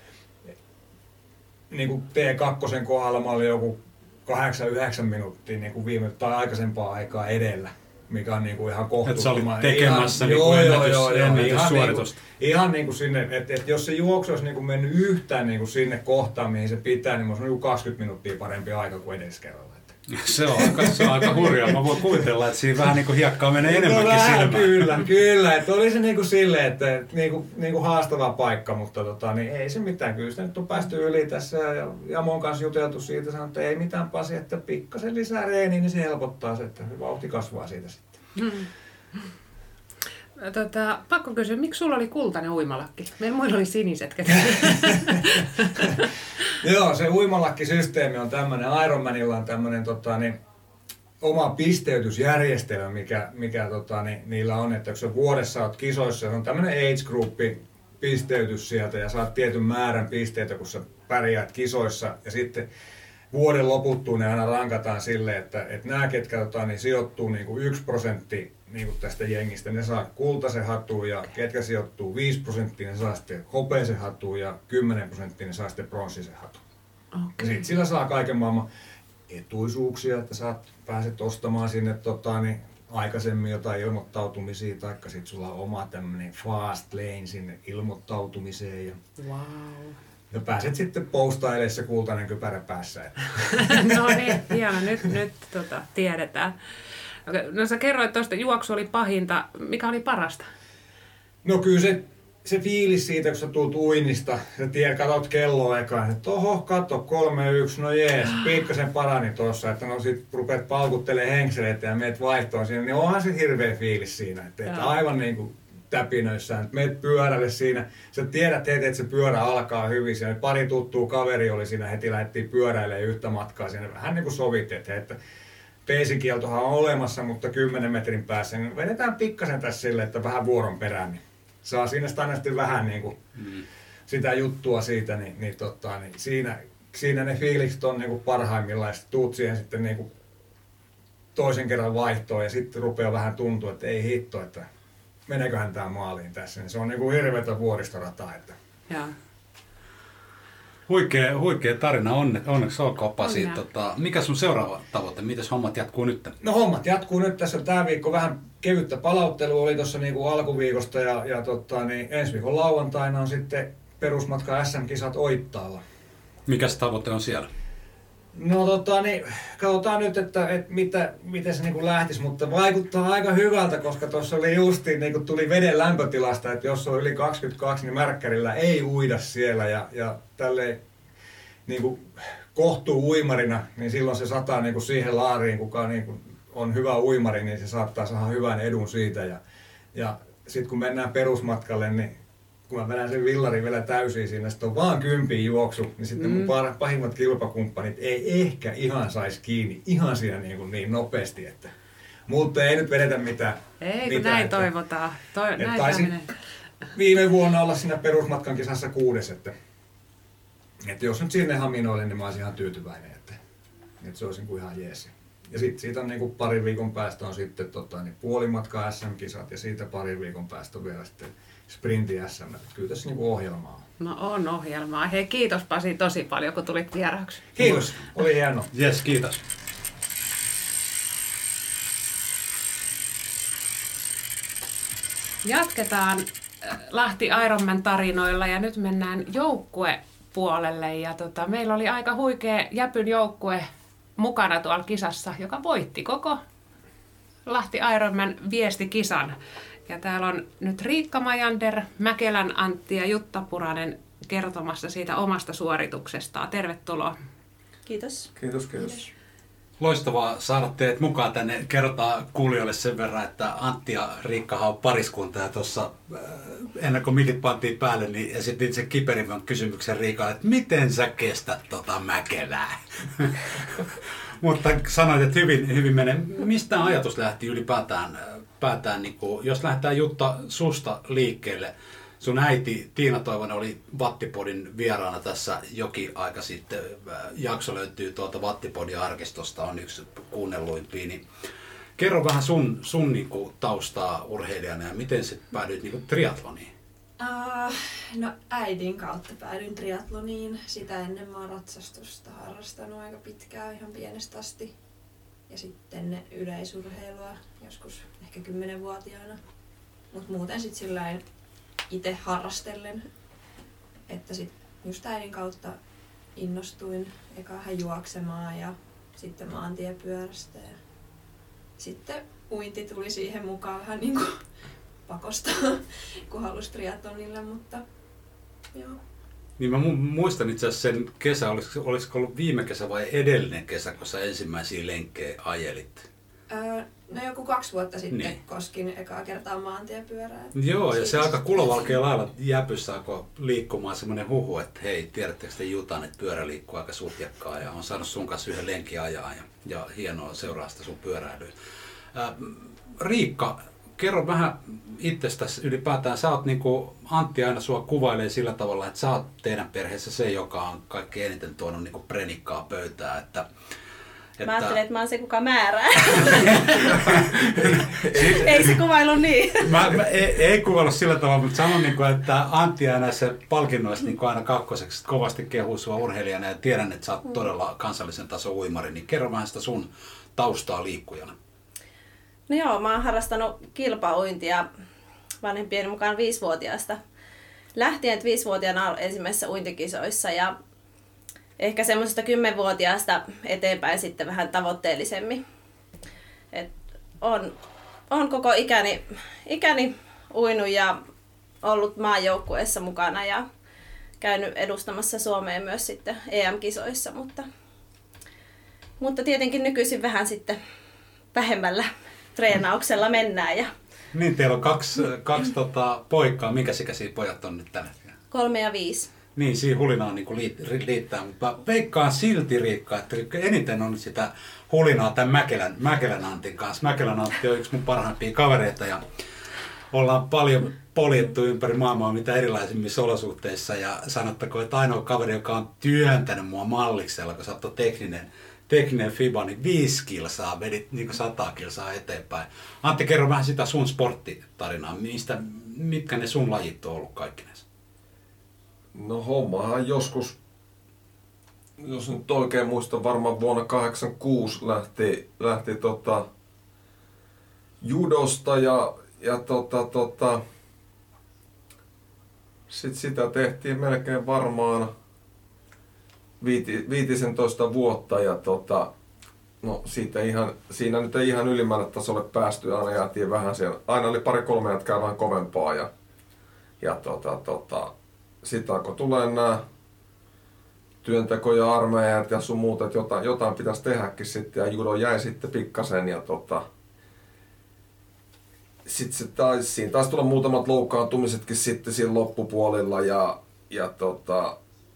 niin kuin T kaksi kohdalla mä olin joku kahdeksan yhdeksän minuuttia niin kuin viime tai aikaisempaa aikaa edellä, mikä on niin kuin ihan kohtuuttoman. Että sä olit tekemässä ihan, niin ennätys, joo, joo, ennätyssuoritusta. Ihan, niin ihan niin kuin sinne, että, että jos se juoksu olisi niin kuin mennyt yhtään niin kuin sinne kohtaan, mihin se pitää, niin olisi niin kaksikymmentä minuuttia parempi aika kuin edelliskerralla. Se on aika, se on aika hurjaa. Mä voin kuvitella, että siinä vähän niin kuin hiekkaa menee enemmänkin no, silmään. Kyllä, kyllä. Että oli se niin kuin silleen, että niin kuin, niin kuin haastava paikka, mutta tota, niin ei se mitään. Kyllä sitä nyt on päästy yli tässä ja Jamon kanssa juteltu siitä. Sanoin, että ei mitään Pasi, että pikkasen lisää reeniä, niin se helpottaa se, että vauhti kasvaa siitä sitten. Hmm. Tota, pakko kysyä, miksi sulla oli kultainen uimalakki? Meillä muilla oli siniset. Joo, se uimalakkisysteemi on tämmöinen, Ironmanilla on tämmöinen tota, niin, oma pisteytysjärjestelmä, mikä, mikä tota, niin, niillä on, että kun sä vuodessa oot kisoissa, se on tämmöinen age groupi pisteytys sieltä ja saat tietyn määrän pisteitä, kun sä pärjäät kisoissa ja sitten vuoden loputtuun ne aina rankataan silleen, että, että nämä, ketkä tota, niin, sijoittuu niin kuin yksi prosentti niin kuin tästä jengistä, ne saa kultaisen hatun ja ketkä sijoittuu viisi prosenttia, ne saa sitten hopeisen hatun ja kymmenen prosenttia, ne saa sitten pronssisen hatun. Okay. Ja sitten sillä saa kaiken maailman etuisuuksia, että saat, pääset ostamaan sinne tota, niin, aikaisemmin jotain ilmoittautumisia, taikka sitten sulla on oma tämmöinen fast lane sinne ilmoittautumiseen. Ja, wow. ja pääset sitten postailemaan se kultainen kypärä päässä. No niin, hieno, nyt, nyt tota, tiedetään. No sä kerroit tuosta, juoksu oli pahinta. Mikä oli parasta? No kyllä se se fiilis siitä, kun sä tulet uinnista, sä tiedät, katot kelloa ekaan, että oho, kato, kolme yksi, no jees, pikkasen parani tossa, että no sit rupeat paukuttelemaan henkseleitä ja meet vaihtoon siinä, niin onhan se hirveä fiilis siinä, että, että aivan niinku täpinöissään, että meet pyörälle siinä, sä tiedät heti, että se pyörä alkaa hyvin, siellä pari tuttua kaveri oli siinä, heti lähdettiin pyöräilemään yhtä matkaa siinä, vähän niin kuin sovittiin, että, että peesikieltohan on olemassa, mutta kymmenen metrin päässä, niin vedetään pikkasen tässä silleen, että vähän vuoron perään, niin saa siinä aina sitten vähän niin kuin mm. sitä juttua siitä, niin, niin, tota, niin siinä, siinä ne fiilikset on niin kuin parhaimmillaan, ja sitten tuut siihen sitten niin kuin toisen kerran vaihtoon, ja sitten rupeaa vähän tuntua, että ei hitto, että meneeköhän tämä maaliin tässä, niin se on niin kuin hirveätä vuoristorataa. Että. Joo. Huikea, huikea tarina, Onne, onneksi olkoon Pasi. Tota, mikä sun seuraava tavoite? Miten hommat jatkuu nyt? No hommat jatkuu nyt tässä. Tämä viikko vähän kevyttä palauttelua oli tuossa niinku alkuviikosta ja, ja tota, niin ensi viikon lauantaina on sitten perusmatka S M-kisat Oittaalla. Mikä se tavoite on siellä? No tota, niin, katsotaan nyt, että, että mitä, miten se niin lähtisi, mutta vaikuttaa aika hyvältä, koska tuossa oli justiin, niin kuin tuli veden lämpötilasta, että jos on yli kaksikymmentäkaksi, niin märkkärillä ei uida siellä ja, ja tälleen niin kuin kohtuu uimarina, niin silloin se sataa niin kuin siihen laariin, kuka niin kuin on hyvä uimari, niin se saattaa saada hyvän edun siitä ja, ja sitten kun mennään perusmatkalle, niin kun mä vedän sen villarin vielä täysin siinä, sitten on vaan kympin juoksu, niin sitten mm. mun pahimmat kilpakumppanit ei ehkä ihan saisi kiinni ihan siinä niin, kuin niin nopeasti, että mutta ei nyt vedetä mitään. Ei, kun mitään, näin että, toivotaan. Toi, näin taisin viime vuonna olla siinä perusmatkan kisassa kuudes, että, että jos nyt sinne haminoille, niin mä olisin ihan tyytyväinen, että, että se olisi ihan jees. Ja sitten siitä on niin kuin parin viikon päästä on sitten tota, niin puolimatka S M-kisat ja siitä parin viikon päästä on vielä sitten sprinti S M. Kyllä tässä niin kuin ohjelmaa on. No on ohjelmaa. Hei, kiitos Pasi tosi paljon, kun tulit vieraaksi. Kiitos, oli hieno. Jes, kiitos. Jatketaan Lahti Ironman tarinoilla ja nyt mennään joukkuepuolelle. Ja tota, meillä oli aika huikea Jäpyn joukkue mukana tuolla kisassa, joka voitti koko Lahti Ironman viestikisan. Ja täällä on nyt Riikka Majander, Mäkelän Antti ja Jutta Puranen kertomassa siitä omasta suorituksestaan. Tervetuloa. Kiitos. Kiitos, kiitos. Loistavaa saada teidät mukaan tänne. Kerrotaan kuulijoille sen verran, että Antti ja Riikkahan on pariskunta ja tuossa ennen kuin mikit pantiin päälle, niin esitin sen kiperimmän kysymyksen Riikalle, että miten sä kestät tota Mäkelää? Mutta sanoit, että hyvin, hyvin menee. Mistä ajatus lähti ylipäätään, päätään, niin kuin, jos lähdetään Jutta susta liikkeelle? Sun äiti Tiina Toivonen oli Vattipodin vieraana tässä jokin aika sitten. Jakso löytyy tuolta Vattipodin arkistosta, on yksi kuunnelluimpia. Niin kerro vähän sun, sun niin kuin, taustaa urheilijana ja miten sä päädyit niin kuin, triathloniin? Uh, no äidin kautta päädyin triathloniin. Sitä ennen mä oon ratsastusta harrastanut aika pitkään ihan pienestä asti. Ja sitten yleisurheilua joskus ehkä kymmenvuotiaana. Mut muuten sit sillain itse harrastellen, että sit just äidin kautta innostuin eka hän juoksemaan ja sitten maantiepyörästä ja sitten uinti tuli siihen mukaan vähän niinku pakosta, kun halusi triathlonille, mutta joo. Niin mä muistan itse asiassa sen kesä, olisiko, olisiko ollut viime kesä vai edellinen kesä, kun sä ensimmäisiä lenkkejä ajelit? Öö, no joku kaksi vuotta sitten niin. Koskin ekaa kertaa maantiepyörää. Joo, ja se aika kulovalkea lailla Jäpyssä alkoi liikkumaan semmoinen huhu, että hei, tiedättekö te Jutan, että pyörä liikkuu aika sutjakkaa ja on saanut sun kanssa yhden lenkin ajaa ja, ja hienoa seuraa sitä sun pyöräilyä. Ää, Riikka, kerro vähän itsestäsi ylipäätään. Sä oot niinku, Antti aina sua kuvailee sillä tavalla, että sä oot teidän perheessä se, joka on kaikkein eniten tuonut niinku prenikkaa pöytään. Että, että... Mä ajattelen, että mä oon se, kuka määrää. Ei se kuvailu niin. mä, mä, ei, ei kuvailu sillä tavalla, mutta sanon, niinku, että Antti aina näissä palkinnoissa niinku aina kakkoseksi kovasti kehuu sua urheilijana ja tiedän, että sä oot todella kansallisen tason uimari. Niin kerro vähän sitä sun taustaa liikkujana. No joo, mä oon harrastanut kilpauintia vanhempien mukaan viisivuotiaasta lähtien, että viisivuotiaana ollut ensimmäisissä uintikisoissa ja ehkä semmoisesta kymmenvuotiaasta eteenpäin sitten vähän tavoitteellisemmin. Et on, on koko ikäni, ikäni uinut ja ollut maajoukkueessa mukana ja käynyt edustamassa Suomea myös sitten E M-kisoissa, mutta, mutta tietenkin nykyisin vähän sitten vähemmällä treenauksella mennään. Ja niin, teillä on kaksi, kaksi tota, poikaa. Minkä ikäisiä pojat on nyt tällä hetkellä? Kolme ja viisi. Niin, siihen hulinaan niin liittää, mutta veikkaan silti, Riikka, että eniten on sitä hulinaa tämän Mäkelän, Mäkelän Antin kanssa. Mäkelän Antti on yksi mun parhaimpia kavereita ja ollaan paljon poljettu ympäri maailmaa mitä erilaisimmissa olosuhteissa ja sanottakoon, että ainoa kaveri, joka on työntänyt mua malliksella, kun sä oot tekninen, tekninen FIBA, niin viisi kilsaa, vedit niin kuin sata kilsaa eteenpäin. Antti, kerro vähän sitä sun sporttitarinaa, mistä, mitkä ne sun lajit on ollut kaikkinensa? No hommahan joskus, jos nyt oikein muistan, varmaan vuonna kahdeksankymmentäkuusi lähti, lähti tota judosta ja, ja tota, tota, sit sitä tehtiin melkein varmaan viiti, viitisentoista vuotta ja tota, no siitä ihan, siinä nyt ei ihan ylimmälle tasolle päästy, aina jäätiin vähän siellä, aina oli pari kolme jätkää vähän kovempaa ja, ja tota, tota, sitten alkoi tulee nämä työnteko ja armeijat ja sun muuta, että jotain, jotain pitäisi tehdäkin sitten ja judo jäi sitten pikkasen ja tota, sitten se taisi, siinä taisi tulla muutamat loukkaantumisetkin sitten siinä loppupuolilla ja, ja tota,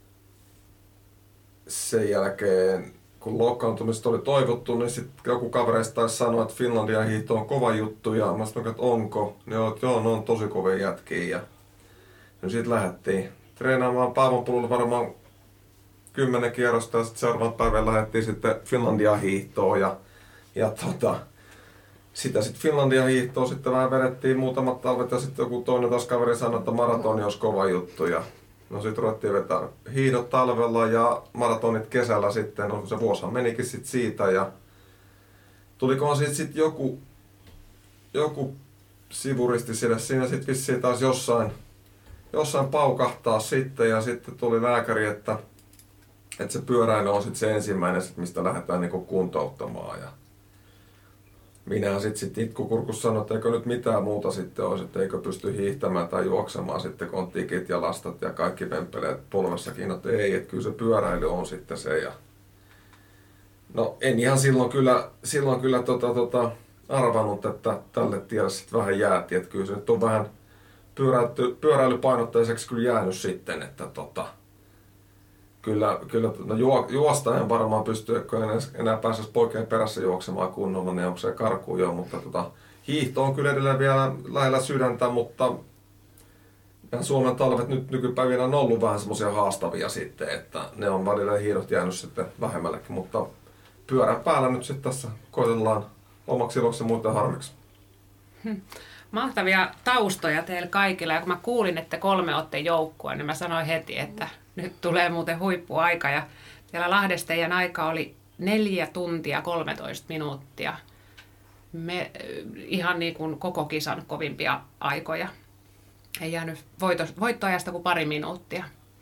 sen jälkeen kun loukkaantumiset oli toivottu, niin sitten joku kavereista taisi sanoa, että Finlandian hiihto on kova juttu ja mä sanoin, että onko? Niin joo, joo, ne on tosi kovia jätkiä ja no sitten lähdettiin treenaamaan Paavonpululla varmaan kymmenen kierrosta ja sitten seuraavan päivän lähdettiin sitten Finlandian hiihtoon ja, ja tota, sitä sitten Finlandian hiihtoon sitten vähän vedettiin muutamat talvet ja sitten joku toinen taas kaveri sanoi, että maratoni olisi kova juttu ja no sitten ruvettiin vetää hiidot talvella ja maratonit kesällä sitten, no se vuosihan menikin sitten siitä ja tulikohan siitä sitten joku, joku sivuristi sille siinä sitten vissiin taas jossain jossain paukahtaa sitten ja sitten tuli lääkäri, että, että se pyöräily on sitten se ensimmäinen, mistä lähdetään niinku kuntouttamaan. Ja minä sitten sit itkukurkussa sanoin, että eikö nyt mitään muuta sitten olisi, että eikö pysty hiihtämään tai juoksemaan sitten, kun on tikit ja lastat ja kaikki vempeleet polvessakin. Että ei, että kyllä se pyöräily on sitten se. Ja no en ihan silloin kyllä, silloin kyllä tota, tota, arvannut, että tälle tielle sitten vähän jäätiin, että kyllä se nyt on vähän pyöräilypainotteiseksi kyllä jäänyt sitten, että tota, kyllä, kyllä no juo, juosta en varmaan pysty, kun en enää pääsisi poikien perässä juoksemaan kunnolla, niin onko se karkuun jo, mutta tota, hiihto on kyllä edelleen vielä lähellä sydäntä, mutta Suomen talvet nyt nykypäivinä on ollut vähän semmoisia haastavia sitten, että ne on välillä hiidot jäänyt sitten vähemmällekin, mutta pyörän päällä nyt sitten tässä koitellaan omaksi iloksi ja muuten harmiksi. Hmm. Mahtavia taustoja teille kaikilla. Ja kun mä kuulin, että kolme otte joukkua, niin mä sanoin heti, että nyt tulee muuten huippuaika. Ja siellä Lahdessa teidän aika oli neljä tuntia kolmetoista minuuttia. Me, ihan niin kuin koko kisan kovimpia aikoja. Ei jäänyt voitto, voittoajasta kuin pari minuuttia.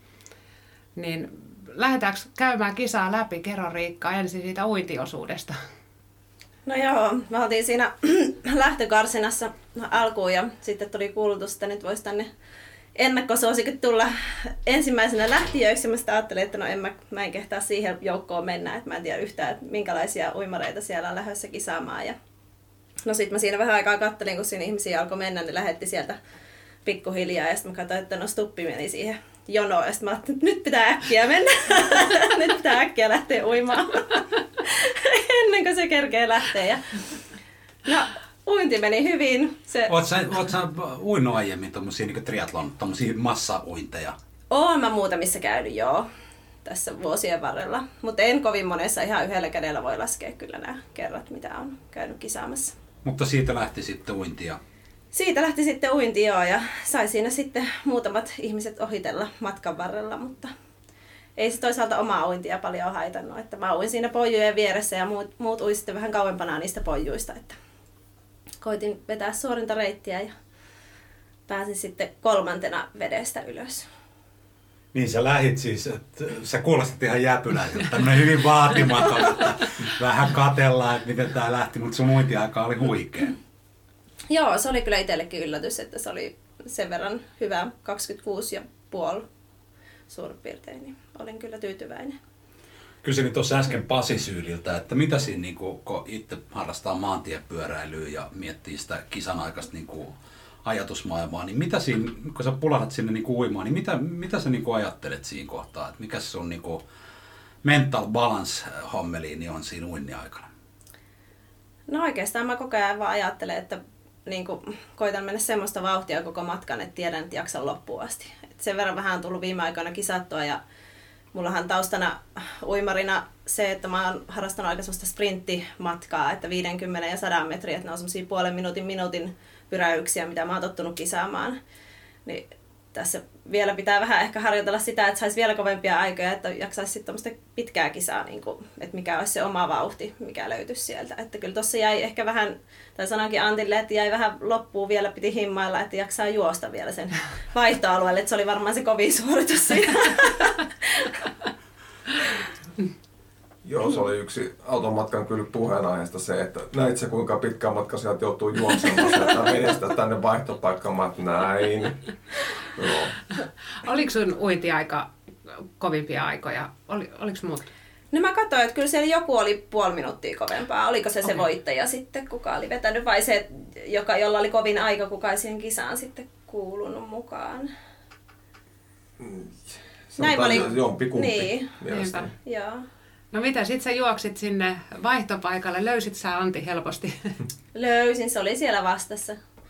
Niin lähdetäänkö käymään kisaa läpi? Kerro Riikka ensin siitä uintiosuudesta. No joo, me oltiin siinä lähtökarsinassa alkuun ja sitten tuli kuulutus, että nyt voisi tänne ennakkosuosikot tulla ensimmäisenä lähtijöiksi. Mä sitten ajattelin, että no en mä, mä en kehtaa siihen joukkoon mennä, että mä en tiedä yhtään, että minkälaisia uimareita siellä on lähdössä kisaamaan. Ja no sitten mä siinä vähän aikaa kattelin, kun siinä ihmisiä alkoi mennä, niin lähetti sieltä pikkuhiljaa ja sitten mä katsoin, että no Stuppi meni siihen jonoon ja sitten mä ajattelin, että nyt pitää äkkiä mennä, nyt pitää äkkiä lähteä uimaan. Ennen kuin se kerkee lähteä. Ja no, uinti meni hyvin. Se... Oletko sä, oot sä uinut aiemmin tommosia niin triathlon, tommosia massauinteja? Oon mä muutamissa käynyt, joo, tässä vuosien varrella. Mutta en kovin monessa, ihan yhdellä kädellä voi laskea kyllä nämä kerrat, mitä on käynyt kisaamassa. Mutta siitä lähti sitten uintia? Siitä lähti sitten uinti, joo, ja sai siinä sitten muutamat ihmiset ohitella matkan varrella, mutta... Ei se toisaalta omaa uintia paljon haitannut, että mä uin siinä poijujen vieressä ja muut, muut ui sitten vähän kauempana niistä poijuista, että koitin vetää suorinta reittiä ja pääsin sitten kolmantena vedestä ylös. Niin sä lähit siis, että sä kuulostat ihan jäpyläiseltä, tämmönen hyvin vaatimaton, että vähän katellaan, että miten tää lähti, mutta sun uintiaika oli huikea. Joo, se oli kyllä itsellekin yllätys, että se oli sen verran hyvä, kaksikymmentäkuusi pilkku viisi suurin piirtein, niin olin kyllä tyytyväinen. Kyselin tuossa äsken Pasi Syyliltä, että mitä siinä, niin kun itse harrastaa maantiepyöräilyä ja miettii sitä kisan aikaista niin ajatusmaailmaa, niin mitä siinä, kun sä pulahdat sinne niin uimaan, niin mitä, mitä sä niin ajattelet siinä kohtaa? Että mikä se sun niin mental balance-hommeliin niin on siinä uinnin aikana? No oikeastaan mä koko ajan vaan ajattelen, että niin kuin, koitan mennä semmoista vauhtia koko matkan, että tiedän, että jaksan loppuun asti. Et sen verran vähän on tullut viime aikoina kisattua ja mullahan taustana uimarina se, että mä oon harrastanut aika semmoista sprinttimatkaa, että viisikymmentä ja sata metriä, että ne on semmosia puolen minuutin minuutin pyräyksiä, mitä mä oon tottunut kisaamaan. Niin tässä vielä pitää vähän ehkä harjoitella sitä, että saisi vielä kovempia aikoja, että jaksaisi sitten tämmöistä pitkää kisaa, niin kuin, että mikä olisi se oma vauhti, mikä löytyisi sieltä. Että kyllä tuossa jäi ehkä vähän, tai sanoinkin Antille, että jäi vähän loppuun vielä, piti himmailla, että jaksaa juosta vielä sen vaihtoalueelle, että se oli varmaan se kovin suoritus siinä. Joo, se oli yksi automatkan kyllä puheenaiheesta se, että näit sä kuinka pitkään matka sieltä joutuu juoksemaan sieltä vedestä tänne vaihtopaikkaan, mä näin. Joo. Oliko sun uintiaika kovimpia aikoja? Oli, oliko muut? No mä katsoin, että kyllä siellä joku oli puoli minuuttia kovempaa. Oliko se okay. se voittaja sitten, kuka oli vetänyt, vai se, joka, jolla oli kovin aika, kuka ei siihen kisaan sitten kuulunut mukaan? Näin oli jompikumpi niin. mielestäni. Joo. No mitä, sit sä juoksit sinne vaihtopaikalle, löysit sä Antti helposti? Löysin, se oli siellä vastassa.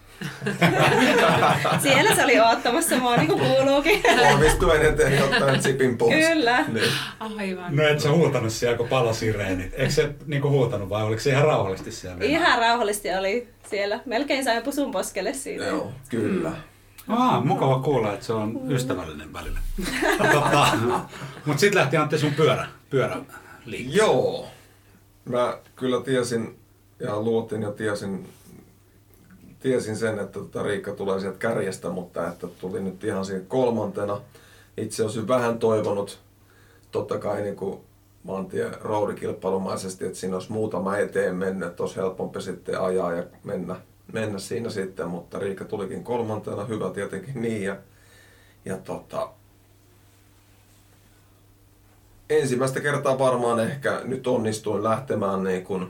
Siellä se oli oottamassa mua niin kuin kuuluukin. Valmistuen eteen ottanut sipin pois. Kyllä. Niin. Aivan. No et sä huutanut siellä, kun palo sireenit. Eikö se niinku huutanut vai oliko se ihan rauhallisesti siellä? Ihan rauhallisesti oli siellä. Melkein sain pusun poskelle siitä. Joo, kyllä. Ah, mukava kuulla, että se on ystävällinen välillä. tota, Mutta sitten lähti Antti sun pyörä, pyörä liikkeelle. Joo. Mä kyllä tiesin ja luotin ja tiesin, tiesin sen, että tota Riikka tulee sieltä kärjestä, mutta että tuli nyt ihan siinä kolmantena. Itse olisin vähän toivonut, totta kai niin kuin maantie roudikilpailumaisesti, että siinä olisi muutama eteen mennyt, että olisi helpompi sitten ajaa ja mennä. mennä siinä sitten, mutta Riikka tulikin kolmantena, hyvä tietenkin niin. Ja, ja tota, ensimmäistä kertaa varmaan ehkä nyt onnistuin lähtemään niin kuin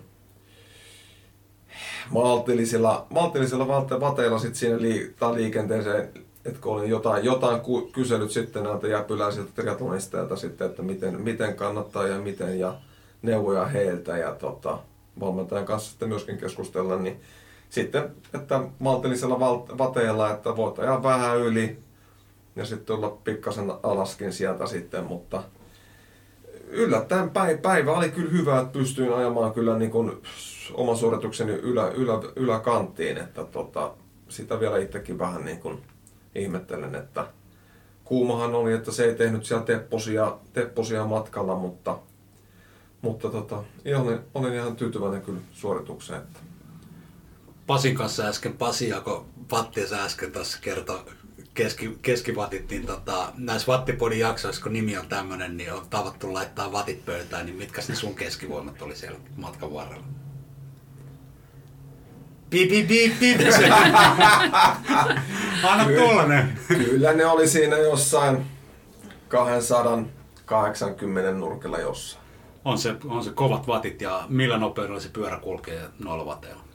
maltillisilla, maltillisilla vateilla sit siinä lii, liikenteeseen, että kun olin jotain, jotain kyselyt sitten näiltä jäpyläisiltä triatlonisteilta sitten, että miten, miten kannattaa ja miten ja neuvoja heiltä ja tota, valmentajan kanssa sitten myöskin keskustella, niin sitten, että maltillisella vateella, että voit ajaa vähän yli ja sitten tulla pikkasen alaskin sieltä sitten, mutta yllättäen päivä oli kyllä hyvä, että pystyin ajamaan kyllä niin kuin oman suoritukseni ylä, ylä, yläkanttiin, että tota, sitä vielä itsekin vähän niin kuin ihmettelen, että kuumahan oli, että se ei tehnyt siellä tepposia, tepposia matkalla, mutta, mutta tota, olin, olin ihan tyytyväinen kyllä suoritukseen. Että Pasin kanssa äsken, Pasi jako vattiensa äsken tässä kertoi keski, keskivatit, niin tota, näissä Vattipodin jaksoissa, kun nimi on tämmönen, niin on tavattu laittaa vatit pöytään, niin mitkä ne sun keskivoimat oli siellä matkan varrella? Piip, piip, piip, piip. Anna tulla ne. Kyllä ne oli siinä jossain kaksisataakahdeksankymmentä nurkilla jossain. On se, on se kovat vatit ja millä nopeudella se pyörä kulkee noilla vateilla?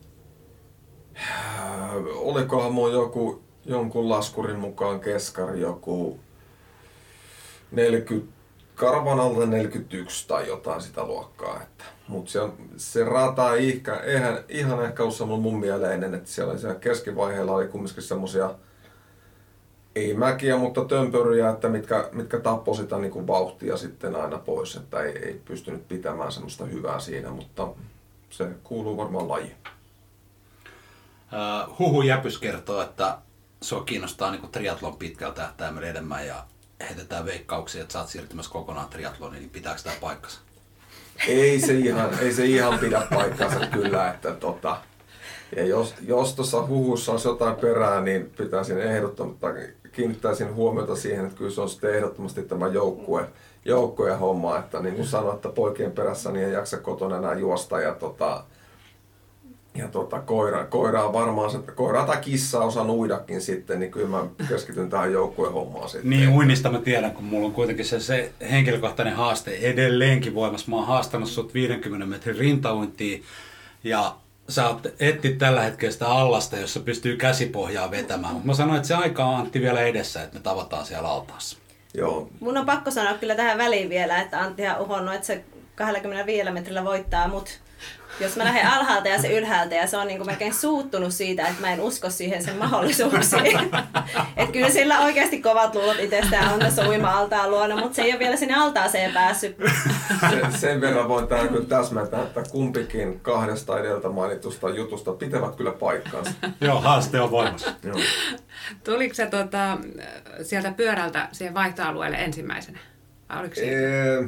Olikohan mun joku, jonkun laskurin mukaan keskari joku neljäkymmentä, karvan alta neljäkymmentäyksi tai jotain sitä luokkaa. Että, mutta se, se rata ei ihan, eihän, ihan ehkä ollut semmoinen mun mieleinen, että siellä, siellä keskivaiheella oli kumminkin semmosia, ei mäkiä, mutta tömpöryjä, että mitkä, mitkä tappoi sitä niin kuin vauhtia sitten aina pois, että ei, ei pystynyt pitämään semmoista hyvää siinä, mutta se kuuluu varmaan lajiin. Uh, Huhu Jäpys kertoo, että sua kiinnostaa niin triathlon pitkällä tähtäimellä enemmän ja heitetään veikkauksia, että sä oot siirtymässä kokonaan triathloniin, niin pitääkö tämä paikkansa? Ei se ihan, ei se ihan pidä paikkansa kyllä, että tota, ja jos, jos tuossa huhussa on jotain perää, niin pitäisin ehdottomasti, kiinnittäisin huomiota siihen, että kyllä se on sitten ehdottomasti tämä joukkue, joukkue homma, että niin kuin sanoin, että poikien perässä niin ei jaksa kotona enää juosta ja tota, ja tota, koira, koiraa varmaan, se, koiraa tai kissaa osaan uidakin sitten, niin kyllä mä keskityn tähän joukkueen hommaan sitten. Niin, uinnista mä tiedän, kun mulla on kuitenkin se, se henkilökohtainen haaste edelleenkin voimassa. Mä oon haastanut sut viidenkymmenen metrin rintauintiin ja sä oot etsit tällä hetkellä sitä allasta, jossa pystyy käsipohjaa vetämään. Mutta mä sanoin, että se aika on Antti vielä edessä, että me tavataan siellä altaassa. Joo. Mun on pakko sanoa kyllä tähän väliin vielä, että Anttihan on uhonnut, että se kaksikymmentäviisi metrillä voittaa mut. Jos mä lähden alhaalta ja se ylhäältä ja se on niinku melkein suuttunut siitä, että mä en usko siihen sen mahdollisuuksiin. Että kyllä sillä oikeasti kovat luulot itsestään on tässä uima-altaan luona, mutta se ei ole vielä sinne altaaseen päässyt. Sen, sen verran voin tähän kyllä täsmentää, että kumpikin kahdesta edeltä mainitusta jutusta pitävät kyllä paikkaansa. Joo, haaste on voimassa. Joo. Tuliko se tota, sieltä pyörältä siihen vaihtoalueelle ensimmäisenä? Vai oliko siitä? Ee,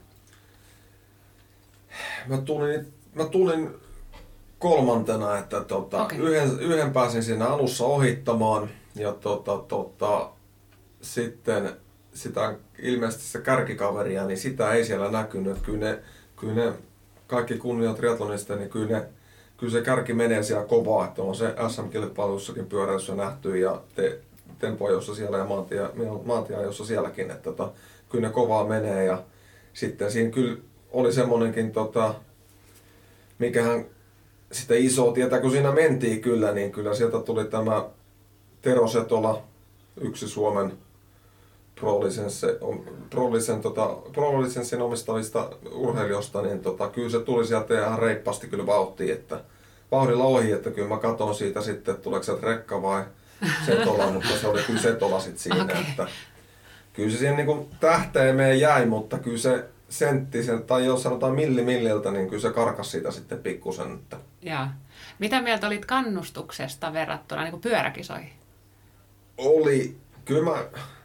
mä tulin, mä tulin kolmantena, että tota, Okei. yhden, yhden pääsin siinä alussa ohittamaan ja tota, tota, sitten sitä ilmeisesti se kärkikaveria, niin sitä ei siellä näkynyt. Kyllä ne, kyllä ne kaikki kunniat triathlonista, niin kyllä, ne, kyllä se kärki menee siellä kovaa, että on se S M-kilpailussakin pyöräilyssä nähty ja te, tempoajossa siellä ja maantie, maantieajossa sielläkin, että tota, kyllä ne kovaa menee ja sitten siinä kyllä oli semmonenkin, tota, mikähän sitä isoa tietää, kun siinä mentiin kyllä, niin kyllä sieltä tuli tämä Tero Setola, yksi Suomen pro-lisenssin tota, pro omistavista urheilijoista, niin tota, kyllä se tuli sieltä ihan reippaasti kyllä vauhtiin, että vauhdilla ohi, että kyllä mä katson siitä sitten, että tuleeko se rekka vai Setola, mutta se oli kyllä Setola sitten siinä, Okay. että kyllä se siihen niin kuin tähteemeen jäi, mutta kyllä se senttisen, tai jos sanotaan milli milliltä, niin kyllä se karkas siitä sitten pikkusen. Että Jaa. Mitä mieltä olit kannustuksesta verrattuna niin kuin pyöräkisoihin? oli, kyllä mä,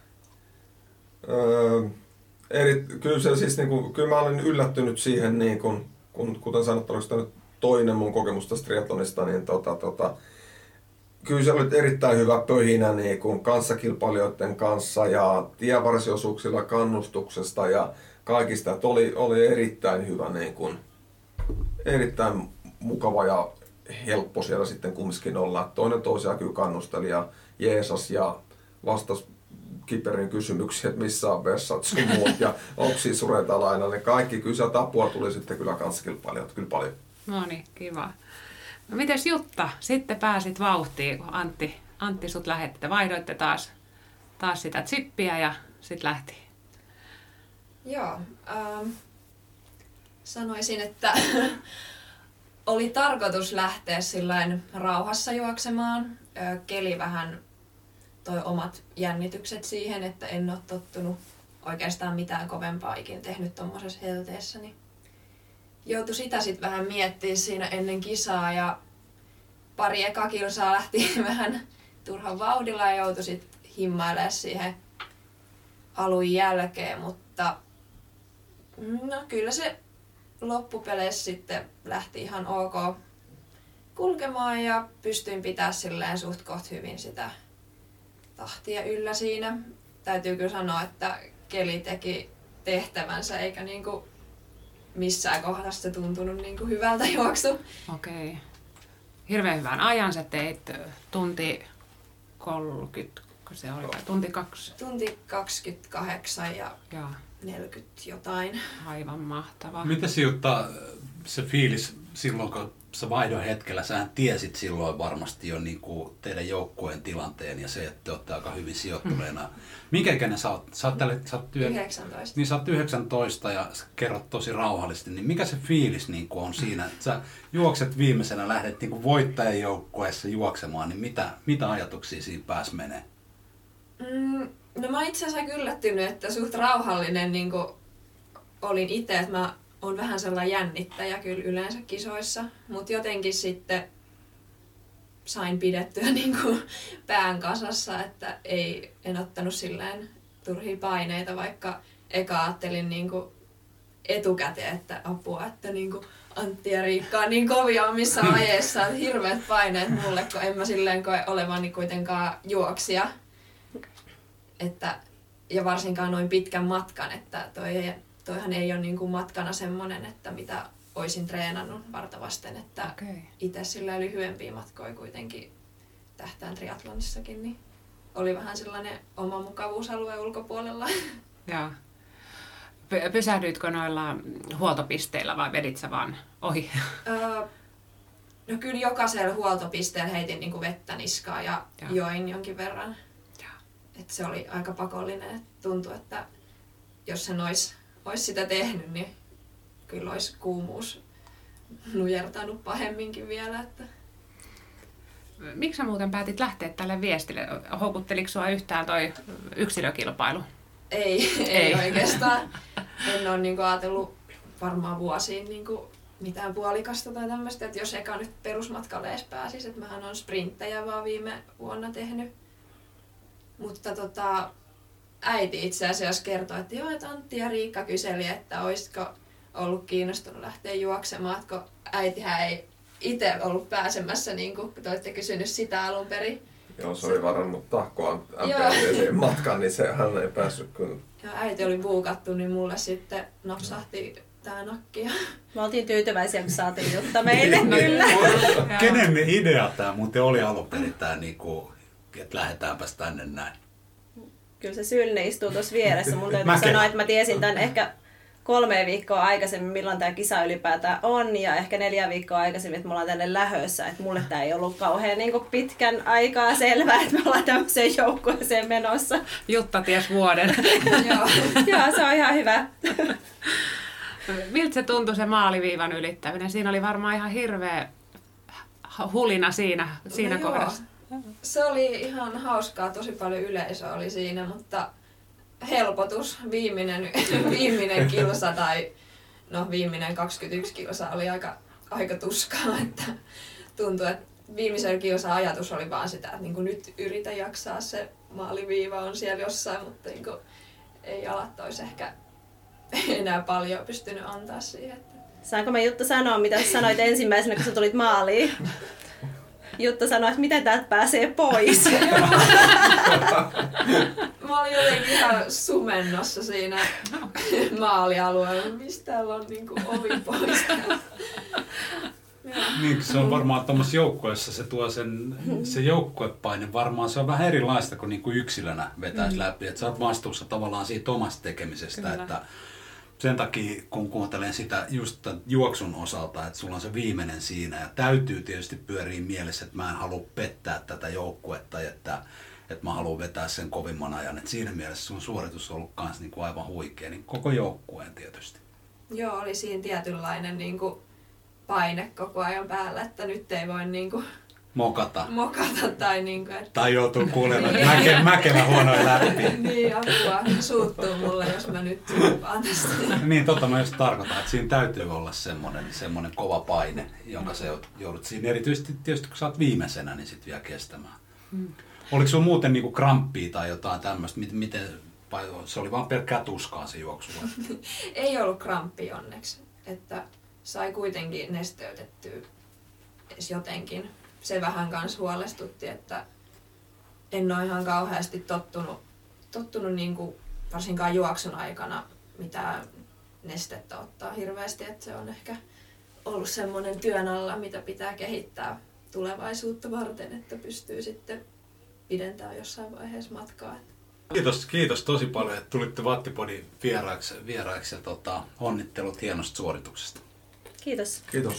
öö, eri, kyllä se siis niin kuin, kyllä mä olin yllättynyt siihen, niin kuin, kun, kuten sanottu, oliko tämä nyt toinen mun kokemus tästä triathlonista, niin tota, tota, kyllä se oli erittäin hyvä pöhinä niin kuin kanssakilpailijoiden kanssa ja tievarsiosuuksilla kannustuksesta ja kaikista, että oli, oli erittäin hyvä, niin kuin, erittäin mukava ja helppo siellä sitten kumminkin olla. Toinen toisiaan kyllä kannusteli ja jeesas ja vastasi kiperin kysymyksiä, että missä on vessat sun muut ja onko siis sureita laina. Ne kaikki kyllä sieltä apua tuli sitten kyllä kanssakilpailijat kyllä paljon. No niin, kiva. No mites Jutta, sitten pääsit vauhtiin, kun Antti, Antti sut lähetti. Te vaihdoitte taas, taas sitä tsippiä ja sit lähti. Joo, ähm, sanoisin, että oli tarkoitus lähteä sillain rauhassa juoksemaan. Ö, keli vähän toi omat jännitykset siihen, että en ole tottunut oikeastaan mitään kovempaa ikinä tehnyt tommosessa helteessä. Niin joutui sitä sitten vähän miettimään siinä ennen kisaa ja pari eka kilsaa lähti vähän turhan vauhdilla ja joutui sitten himmailemaan siihen alun jälkeen, mutta no kyllä se loppupeleissä sitten lähti ihan ok kulkemaan ja pystyin pitämään silleen suht koht hyvin sitä tahtia yllä siinä. Täytyy kyllä sanoa, että keli teki tehtävänsä eikä niinku missään kohdassa tuntunut niinku hyvältä juoksu. Okei. Okay. Hirveän hyvän ajan sä teit tunti kolmekymmentä, kun se oli, vai tunti kaksi. Tunti kaksikymmentäkahdeksan ja Joo, neljäkymmentä jotain. aivan mahtavaa. Miten Jutta, se fiilis silloin, kun sä vaihdon hetkellä, sähän tiesit silloin varmasti jo niin kuin teidän joukkueen tilanteen ja se, että te olette aika hyvin sijoittuneena. Minkä ikäinen sä oot? Sä oot, tälle, sä oot työ... yhdeksäntoista. Niin sä oot yhdeksäntoista ja sä kerrot tosi rauhallisesti, niin mikä se fiilis niin kuin on siinä, että sä juokset viimeisenä, lähdet niin kuin voittajajoukkueessa juoksemaan, niin mitä, mitä ajatuksia siinä pääs menee? Mm, no mä itse asiassa yllättynyt, että suht rauhallinen niin kuin olin itse, että mä oon vähän sellainen jännittäjä kyllä yleensä kisoissa, mutta jotenkin sitten sain pidettyä niin kuin pään kasassa, että ei, en ottanut silleen turhia paineita, vaikka eka ajattelin niin kuin etukäteen, että apua, että niin kuin Antti ja Riikka on niin kovia omissa ajeissa, että hirveät paineet mulle, kun en mä silleen koe olevani kuitenkaan juoksija. Että, ja varsinkaan noin pitkän matkan, että toi, toihan ei ole niin kuin matkana semmoinen, että mitä olisin treenannut varta vasten, että Okay. itse sillä lyhyempiä matkoja kuitenkin tähtään triathlonissakin, niin oli vähän sellainen oma mukavuusalue ulkopuolella. Joo. Py- Pysähdyitkö noilla huoltopisteillä vai vedit sä vaan ohi? Öö, no kyllä jokaisella huoltopisteellä heitin niinku vettä niskaan ja Joo. join jonkin verran. Joo. Et se oli aika pakollinen. Et tuntui, että jos sen olisi ois sitä tehnyt, niin kyllä olisi kuumuus nujertanut pahemminkin vielä. Että... Miksi sä muuten päätit lähteä tälle viestille? Houkutteliko sua yhtään toi yksilökilpailu? Ei, ei, Ei. oikeastaan. En ole niinku ajatellut varmaan vuosiin niinku mitään puolikasta tai tämmöistä, että jos eka nyt perusmatkalle edes pääsis, että mähän on sprinttejä vaan viime vuonna tehnyt. Mutta tota, äiti itse asiassa kertoi, että joo, että Antti ja Riikka kyseli, että olisiko ollut kiinnostunut lähteä juoksemaan, että kun äitihän ei itse ollut pääsemässä, niin kuin te olette kysynyt sitä alun perin. Joo, se oli varannut tahkoa M Joo. P T matkan, niin se, hän ei päässyt kyllä. Ja äiti oli buukattu, niin mulle sitten napsahti tää nakki. Ja... Me oltiin tyytyväisiä, kun saatiin Jutta meille kyllä. Kenen idea tämä muuten oli alun perin, tää niinku, että lähdetäänpäs tänne näin? Kyllä se Sylne istuu tuossa vieressä. Mun täytyy Mäkelä. sanoa, että mä tiesin tämän ehkä kolme viikkoa aikaisemmin, milloin tämä kisa ylipäätään on. Ja ehkä neljä viikkoa aikaisemmin, että me ollaan tänne lähössä. Että mulle tämä ei ollut kauhean niin kuin pitkän aikaa selvää, että me ollaan tämmöiseen joukkueeseen menossa. Jutta ties vuoden. Joo. Joo, se on ihan hyvä. Miltä se tuntui se maaliviivan ylittäminen? Siinä oli varmaan ihan hirveä hulina siinä, siinä No joo. kohdassa. Se oli ihan hauskaa, tosi paljon yleisöä oli siinä, mutta helpotus, viimeinen, viimeinen kilsa tai no viimeinen kaksikymmentäyksi kilsa oli aika, aika tuskaa, että tuntui, että viimeisen kilsan ajatus oli vaan sitä, että niin kuin nyt yritä jaksaa, se maaliviiva on siellä jossain, mutta niin kuin ei jalat olisi ehkä enää paljon pystynyt antaa siihen. Että... Saanko mä Jutta sanoa, mitä sä sanoit ensimmäisenä, kun sä tulit maaliin? Jutta sanoi, että miten täältä pääsee pois. Mä olin jotenkin ihan sumennossa siinä maalialueella. Mistä täällä on niinku ovi pois? Niin, se on varmaan tuommoisessa joukkueessa se tuo sen, se joukkuepaine varmaan se on vähän erilaista kuin niinku yksilönä vetäisi läpi. Että sä oot vastuussa tavallaan siitä omasta tekemisestä. Kyllä. Että sen takia, kun kuuntelen sitä just tämän juoksun osalta, että sulla on se viimeinen siinä ja täytyy tietysti pyöriä mielessä, että mä en halua pettää tätä joukkuetta, että, että mä haluan vetää sen kovimman ajan. Että siinä mielessä sun suoritus on ollut kans niinku aivan huikea, niin koko joukkueen tietysti. Joo, oli siinä tietynlainen niinku paine koko ajan päällä, että nyt ei voi niinku Mokata. mokata tai niinku, että... Tai joutuu kuulemaan, että mäke, mäkelä huonoja läpi. Niin, apua suuttuu mulle, jos mä nyt vaan tästä. Niin, totta mä just tarkoitan, että siinä täytyy olla semmoinen, semmoinen kova paine, jonka sä joudut siinä erityisesti tietysti kun sä oot viimeisenä, niin sit vielä kestämään. Mm. Oliko sulla muuten niinku kramppia tai jotain tämmöistä, miten, vai se oli vaan pelkkää tuskaa se juoksu? Ei ollut kramppi onneksi, että sai kuitenkin nesteytettyä edes jotenkin. Se vähän kans huolestutti, että en ole ihan kauheasti tottunut, tottunut niin kuin varsinkaan juoksun aikana mitään nestettä ottaa hirveästi, että se on ehkä ollut semmoinen työn alla, mitä pitää kehittää tulevaisuutta varten, että pystyy sitten pidentämään jossain vaiheessa matkaa. Kiitos, kiitos tosi paljon, että tulitte Vattipodin vieraaksi, vieraaksi ja tota, onnittelut hienosta suorituksesta. Kiitos. Kiitos.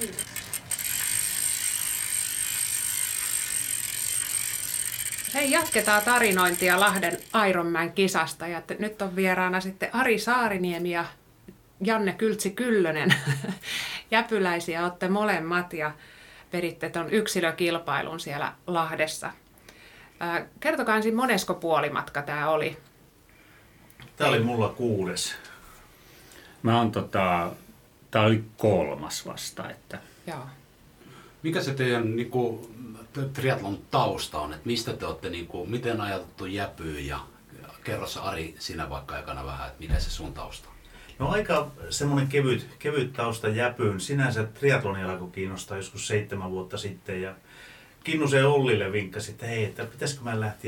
Hei, jatketaan tarinointia Lahden Ironman kisasta ja t- nyt on vieraana sitten Ari Saariniemi ja Janne Kyltsi-Kyllönen. Jäpyläisiä olette molemmat ja veditte ton yksilökilpailun siellä Lahdessa. Ää, kertokaa ensin, monesko puolimatka tämä oli? Tämä oli mulla kuudes. Mä oon tota, tää oli kolmas vasta, että Joo. Mikä se teidän niinku, triathlon tausta on, että mistä te olette, niinku, miten ajateltu jäpyyn ja kerro sä Ari sinä vaikka aikana vähän, että mikä se sun tausta on? no aika semmonen kevyt, kevyt tausta jäpyyn. Sinänsä triathloni alkoi kiinnostaa joskus seitsemän vuotta sitten ja Kinnusen Ollille vinkkasi, että hei, että pitäisikö mä lähteä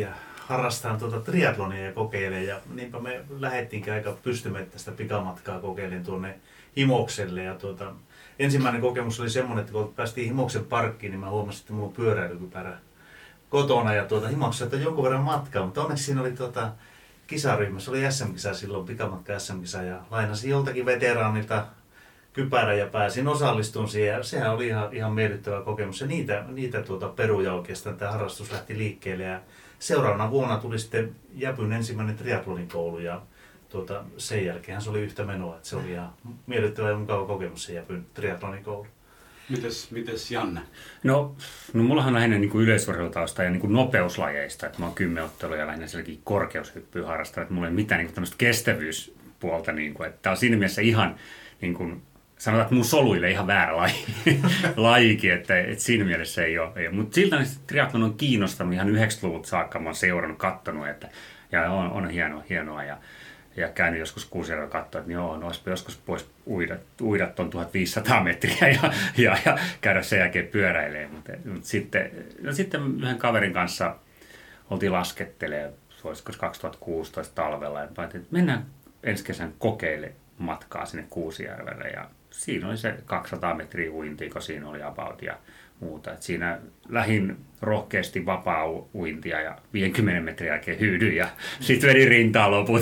harrastaa tuota triathlonia ja kokeilee. Ja niinpä me lähdettiinkin aika pystymettäistä pikamatkaa kokeilemaan tuonne Himokselle. Ja tuota, ensimmäinen kokemus oli semmoinen, että kun päästiin Himoksen parkkiin, niin mä huomasin, että mulla on pyöräilykypärä kotona. Ja tuota, Himoksessa on jonkun verran matkaa, mutta onneksi siinä oli tuota, kisaryhmä. Se oli S M-kisa silloin, pikamatka S M-kisa. Ja lainasin joltakin veteraanilta kypärä ja pääsin osallistumaan siihen. Ja sehän oli ihan, ihan miellyttävä kokemus. Ja niitä, niitä tuota peruja oikeastaan tämä harrastus lähti liikkeelle. Ja seuraavana vuonna tuli sitten Jäpyn ensimmäinen triathlonin koulu. Ja tuota, sen jälkeen se oli yhtä menoa. Että se oli ihan miellyttävä ja mukava kokemus se Jäpyn triathlonin koulu. Mites, mites Janne? No, no mullahan on lähinnä niin kuin yleisurheilutausta ja niin kuin nopeuslajeista. Että mä oon kymmenottelua ja lähinnä sielläkin korkeushyppyä harrastaa. Että mulla ei mitään niin kuin tämmöistä kestävyyspuolta. Niin kuin, että tää on siinä mielessä ihan niin kuin, sanotaan, että mun soluille ihan väärä laji, lajikin, että, että siinä mielessä ei ole. Ei ole. Mutta siltä triathlon on kiinnostanut ihan yhdeksänkymmentäluvulta saakka, mä oon seurannut, kattonut, että, ja on, on hienoa, hienoa ja, ja käynyt joskus Kuusijärvellä katsoa, että joo, no olisipa joskus pois uida, uida ton tuhatviisisataa metriä ja, ja, ja käydä sen jälkeen pyöräilemään. Mutta, mutta sitten, no sitten yhden kaverin kanssa oltiin laskettelemaan, se olisiko kaksituhattakuusitoista talvella, ja päätin, että mennään ensi kesän kokeilemaan matkaa sinne Kuusijärvelle ja siinä oli se kaksisataa metriä uintia, kun siinä oli about ja muuta. Et siinä lähin rohkeasti vapaa uintia ja viisikymmentä metriä jälkeen hyydyin ja sitten vedin rintaa loput.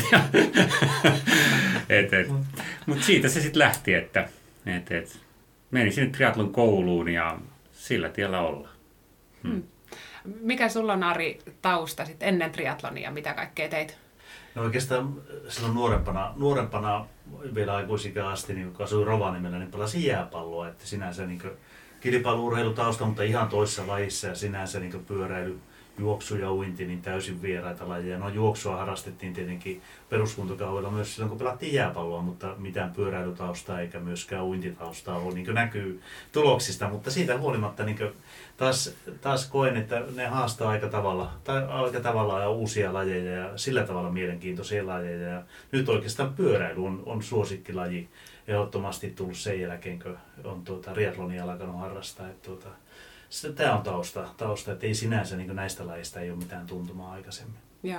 Mutta siitä se sitten lähti, että et, et, menin sinne triathlon kouluun ja sillä tiellä ollaan. Hmm. Mikä sulla on, Ari, tausta sit ennen triathlonia, mitä kaikkea teit? No oikeastaan silloin nuorempana, nuorempana vielä aikuisikään asti, niin kun asuin Rovaniemellä, niin pelasin jääpalloa. Että sinänsä niin kilpailu-urheilutausta, mutta ihan toisessa lajissa ja sinänsä niin pyöräily, juoksu ja uinti, niin täysin vieraita lajeja. No juoksua harrastettiin tietenkin peruskuntokaudella myös silloin, kun pelattiin jääpalloa, mutta mitään pyöräilytaustaa eikä myöskään uintitaustaa ole, niin kuin näkyy tuloksista. Mutta siitä huolimatta niin taas, taas koen, että ne haastaa aika tavalla, tai aika tavalla ja uusia lajeja ja sillä tavalla mielenkiintoisia lajeja. Ja nyt oikeastaan pyöräily on, on suosikkilaji ehdottomasti tullut sen jälkeen, kun on tuota, triathlonia alkanut harrastaa. Että, tuota, tämä on tausta, tausta, että ei sinänsä niin näistä lajista ei ole mitään tuntumaa aikaisemmin. Joo.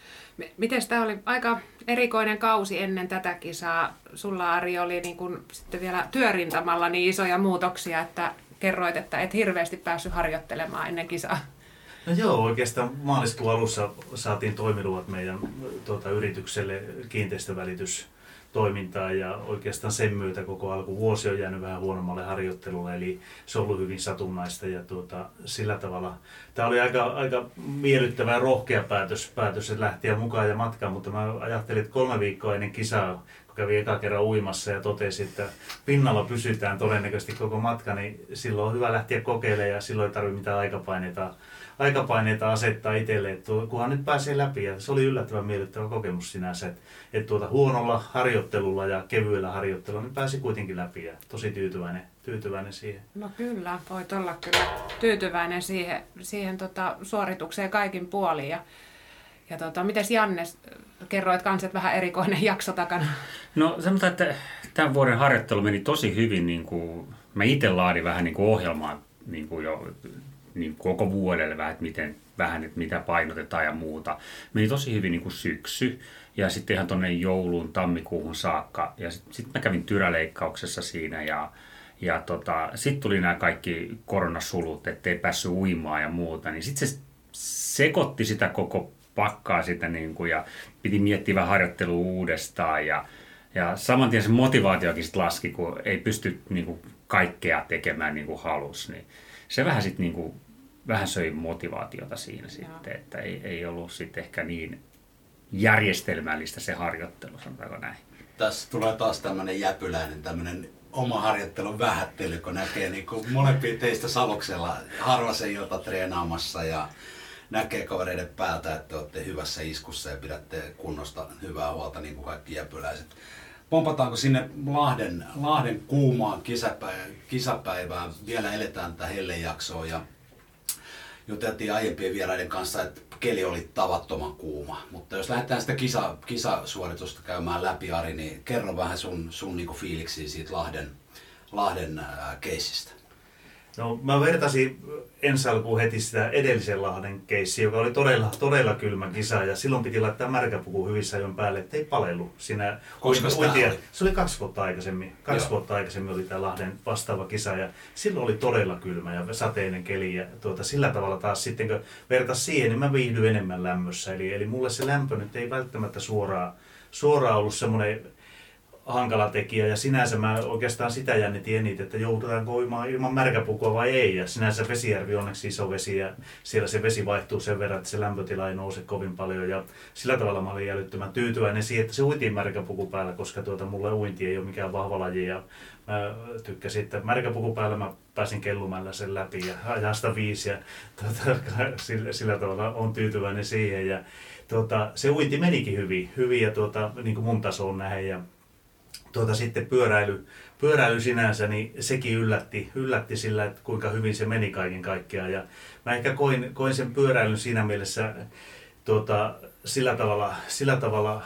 Miten tämä oli aika erikoinen kausi ennen tätä kisaa? Sulla, Ari, oli niin kun sitten vielä työrintamalla niin isoja muutoksia, että kerroit, että et hirveästi päässyt harjoittelemaan ennen kisaa. No joo, oikeastaan maaliskuun alussa saatiin toimiluvat meidän tuota, yritykselle kiinteistövälitys toimintaa ja oikeastaan sen myötä koko alkuvuosi on jäänyt vähän huonommalle harjoittelulle, eli se on ollut hyvin satunnaista ja tuota, sillä tavalla. Tämä oli aika, aika miellyttävä ja rohkea päätös, päätös että lähtiä mukaan ja matkaan, mutta mä ajattelin, että kolme viikkoa ennen kisaa, kun kävin eka kerran uimassa ja totesin, että pinnalla pysytään todennäköisesti koko matka, niin silloin on hyvä lähteä kokeilemaan ja silloin ei tarvitse mitään aikapaineita aikapaineita asettaa itselle, että kunhan nyt pääsee läpi. Ja se oli yllättävän miellyttävä kokemus sinänsä, että, että tuota huonolla harjoittelulla ja kevyellä harjoittelulla niin pääsi kuitenkin läpi ja tosi tyytyväinen, tyytyväinen siihen. No kyllä, voit olla kyllä tyytyväinen siihen, siihen tota, suoritukseen kaikin puolin. Ja, ja tota, mites Janne, kerroit kanssa, että vähän erikoinen jakso takana? No sanotaan, että tämän vuoden harjoittelu meni tosi hyvin. Niin kuin, mä itse laadin vähän niin kuin ohjelmaa niin kuin jo niin koko vuodelle vähän, että miten, vähän, että mitä painotetaan ja muuta. Meni tosi hyvin niin kuin syksy ja sitten ihan tuonne jouluun, tammikuuhun saakka. Ja sitten sit mä kävin tyräleikkauksessa siinä ja, ja tota, sitten tuli nämä kaikki koronasulut, ettei päässyt uimaan ja muuta. Niin sitten se sekoitti sitä koko pakkaa sitä niin kuin, ja piti miettiä vähän harjoittelua uudestaan. Ja, ja saman tien se motivaatiokin sitten laski, kun ei pysty niin kuin, kaikkea tekemään niin kuin halusi. Niin se vähän sitten niin kuin vähän söi motivaatiota siinä sitten, että ei, ei ollut sitten ehkä niin järjestelmällistä se harjoittelu, sanotaanko näin. Tässä tulee taas tämmöinen jäpyläinen, tämmöinen oma harjoittelun vähättely, kun näkee niin kuin molempia teistä Saloksella harvasen ilta treenaamassa ja näkee kavereiden päältä, että olette hyvässä iskussa ja pidätte kunnosta hyvää huolta niin kuin kaikki jäpyläiset. Pompataanko sinne Lahden, Lahden kuumaan kisapäivään, kisapäivään? Vielä eletään tätä hellejaksoa ja juteltiin aiempien vieraiden kanssa, että keli oli tavattoman kuuma. Mutta jos lähdetään sitä kisa, kisasuoritusta käymään läpi, Ari, niin kerro vähän sun, sun niinku fiiliksiä siitä Lahden, Lahden äh, keissistä. No mä vertasin ensi alkuun heti sitä edellisen Lahden keissi, joka oli todella, todella kylmä kisa ja silloin piti laittaa märkäpuku hyvissä ajoin päälle, ettei palellu siinä. Koska uintia. oli? Se oli kaksi vuotta aikaisemmin. Kaksi Joo. vuotta aikaisemmin oli tämä Lahden vastaava kisa ja silloin oli todella kylmä ja sateinen keli ja tuota, sillä tavalla taas sitten kun vertas siihen, niin mä viihdyin enemmän lämmössä. Eli, eli mulle se lämpö nyt ei välttämättä suoraan, suoraan ollut semmoinen hankala tekijä ja sinänsä mä oikeastaan sitä jännitin eniten, että joudutaanko uimaan ilman märkäpukua vai ei. Ja sinänsä Vesijärvi onneksi iso vesi ja siellä se vesi vaihtuu sen verran, että se lämpötila ei nouse kovin paljon. Ja sillä tavalla mä olin älyttömän tyytyväinen siihen, että se uitiin märkäpuku päällä, koska tuota, mulle uinti ei ole mikään vahva laji. Ja mä tykkäsin, että märkäpuku päällä mä pääsin kellumällä sen läpi ja ajasta viisi ja tuota, sillä, sillä tavalla on tyytyväinen siihen. Ja tuota, se uinti menikin hyvin, hyvin ja tuota, niin kuin mun tasoon nähden. Ja Tuota, sitten pyöräily, pyöräily sinänsä, niin sekin yllätti, yllätti sillä, että kuinka hyvin se meni kaiken kaikkiaan. Ja mä ehkä koin, koin sen pyöräilyn siinä mielessä tuota, sillä, tavalla, sillä tavalla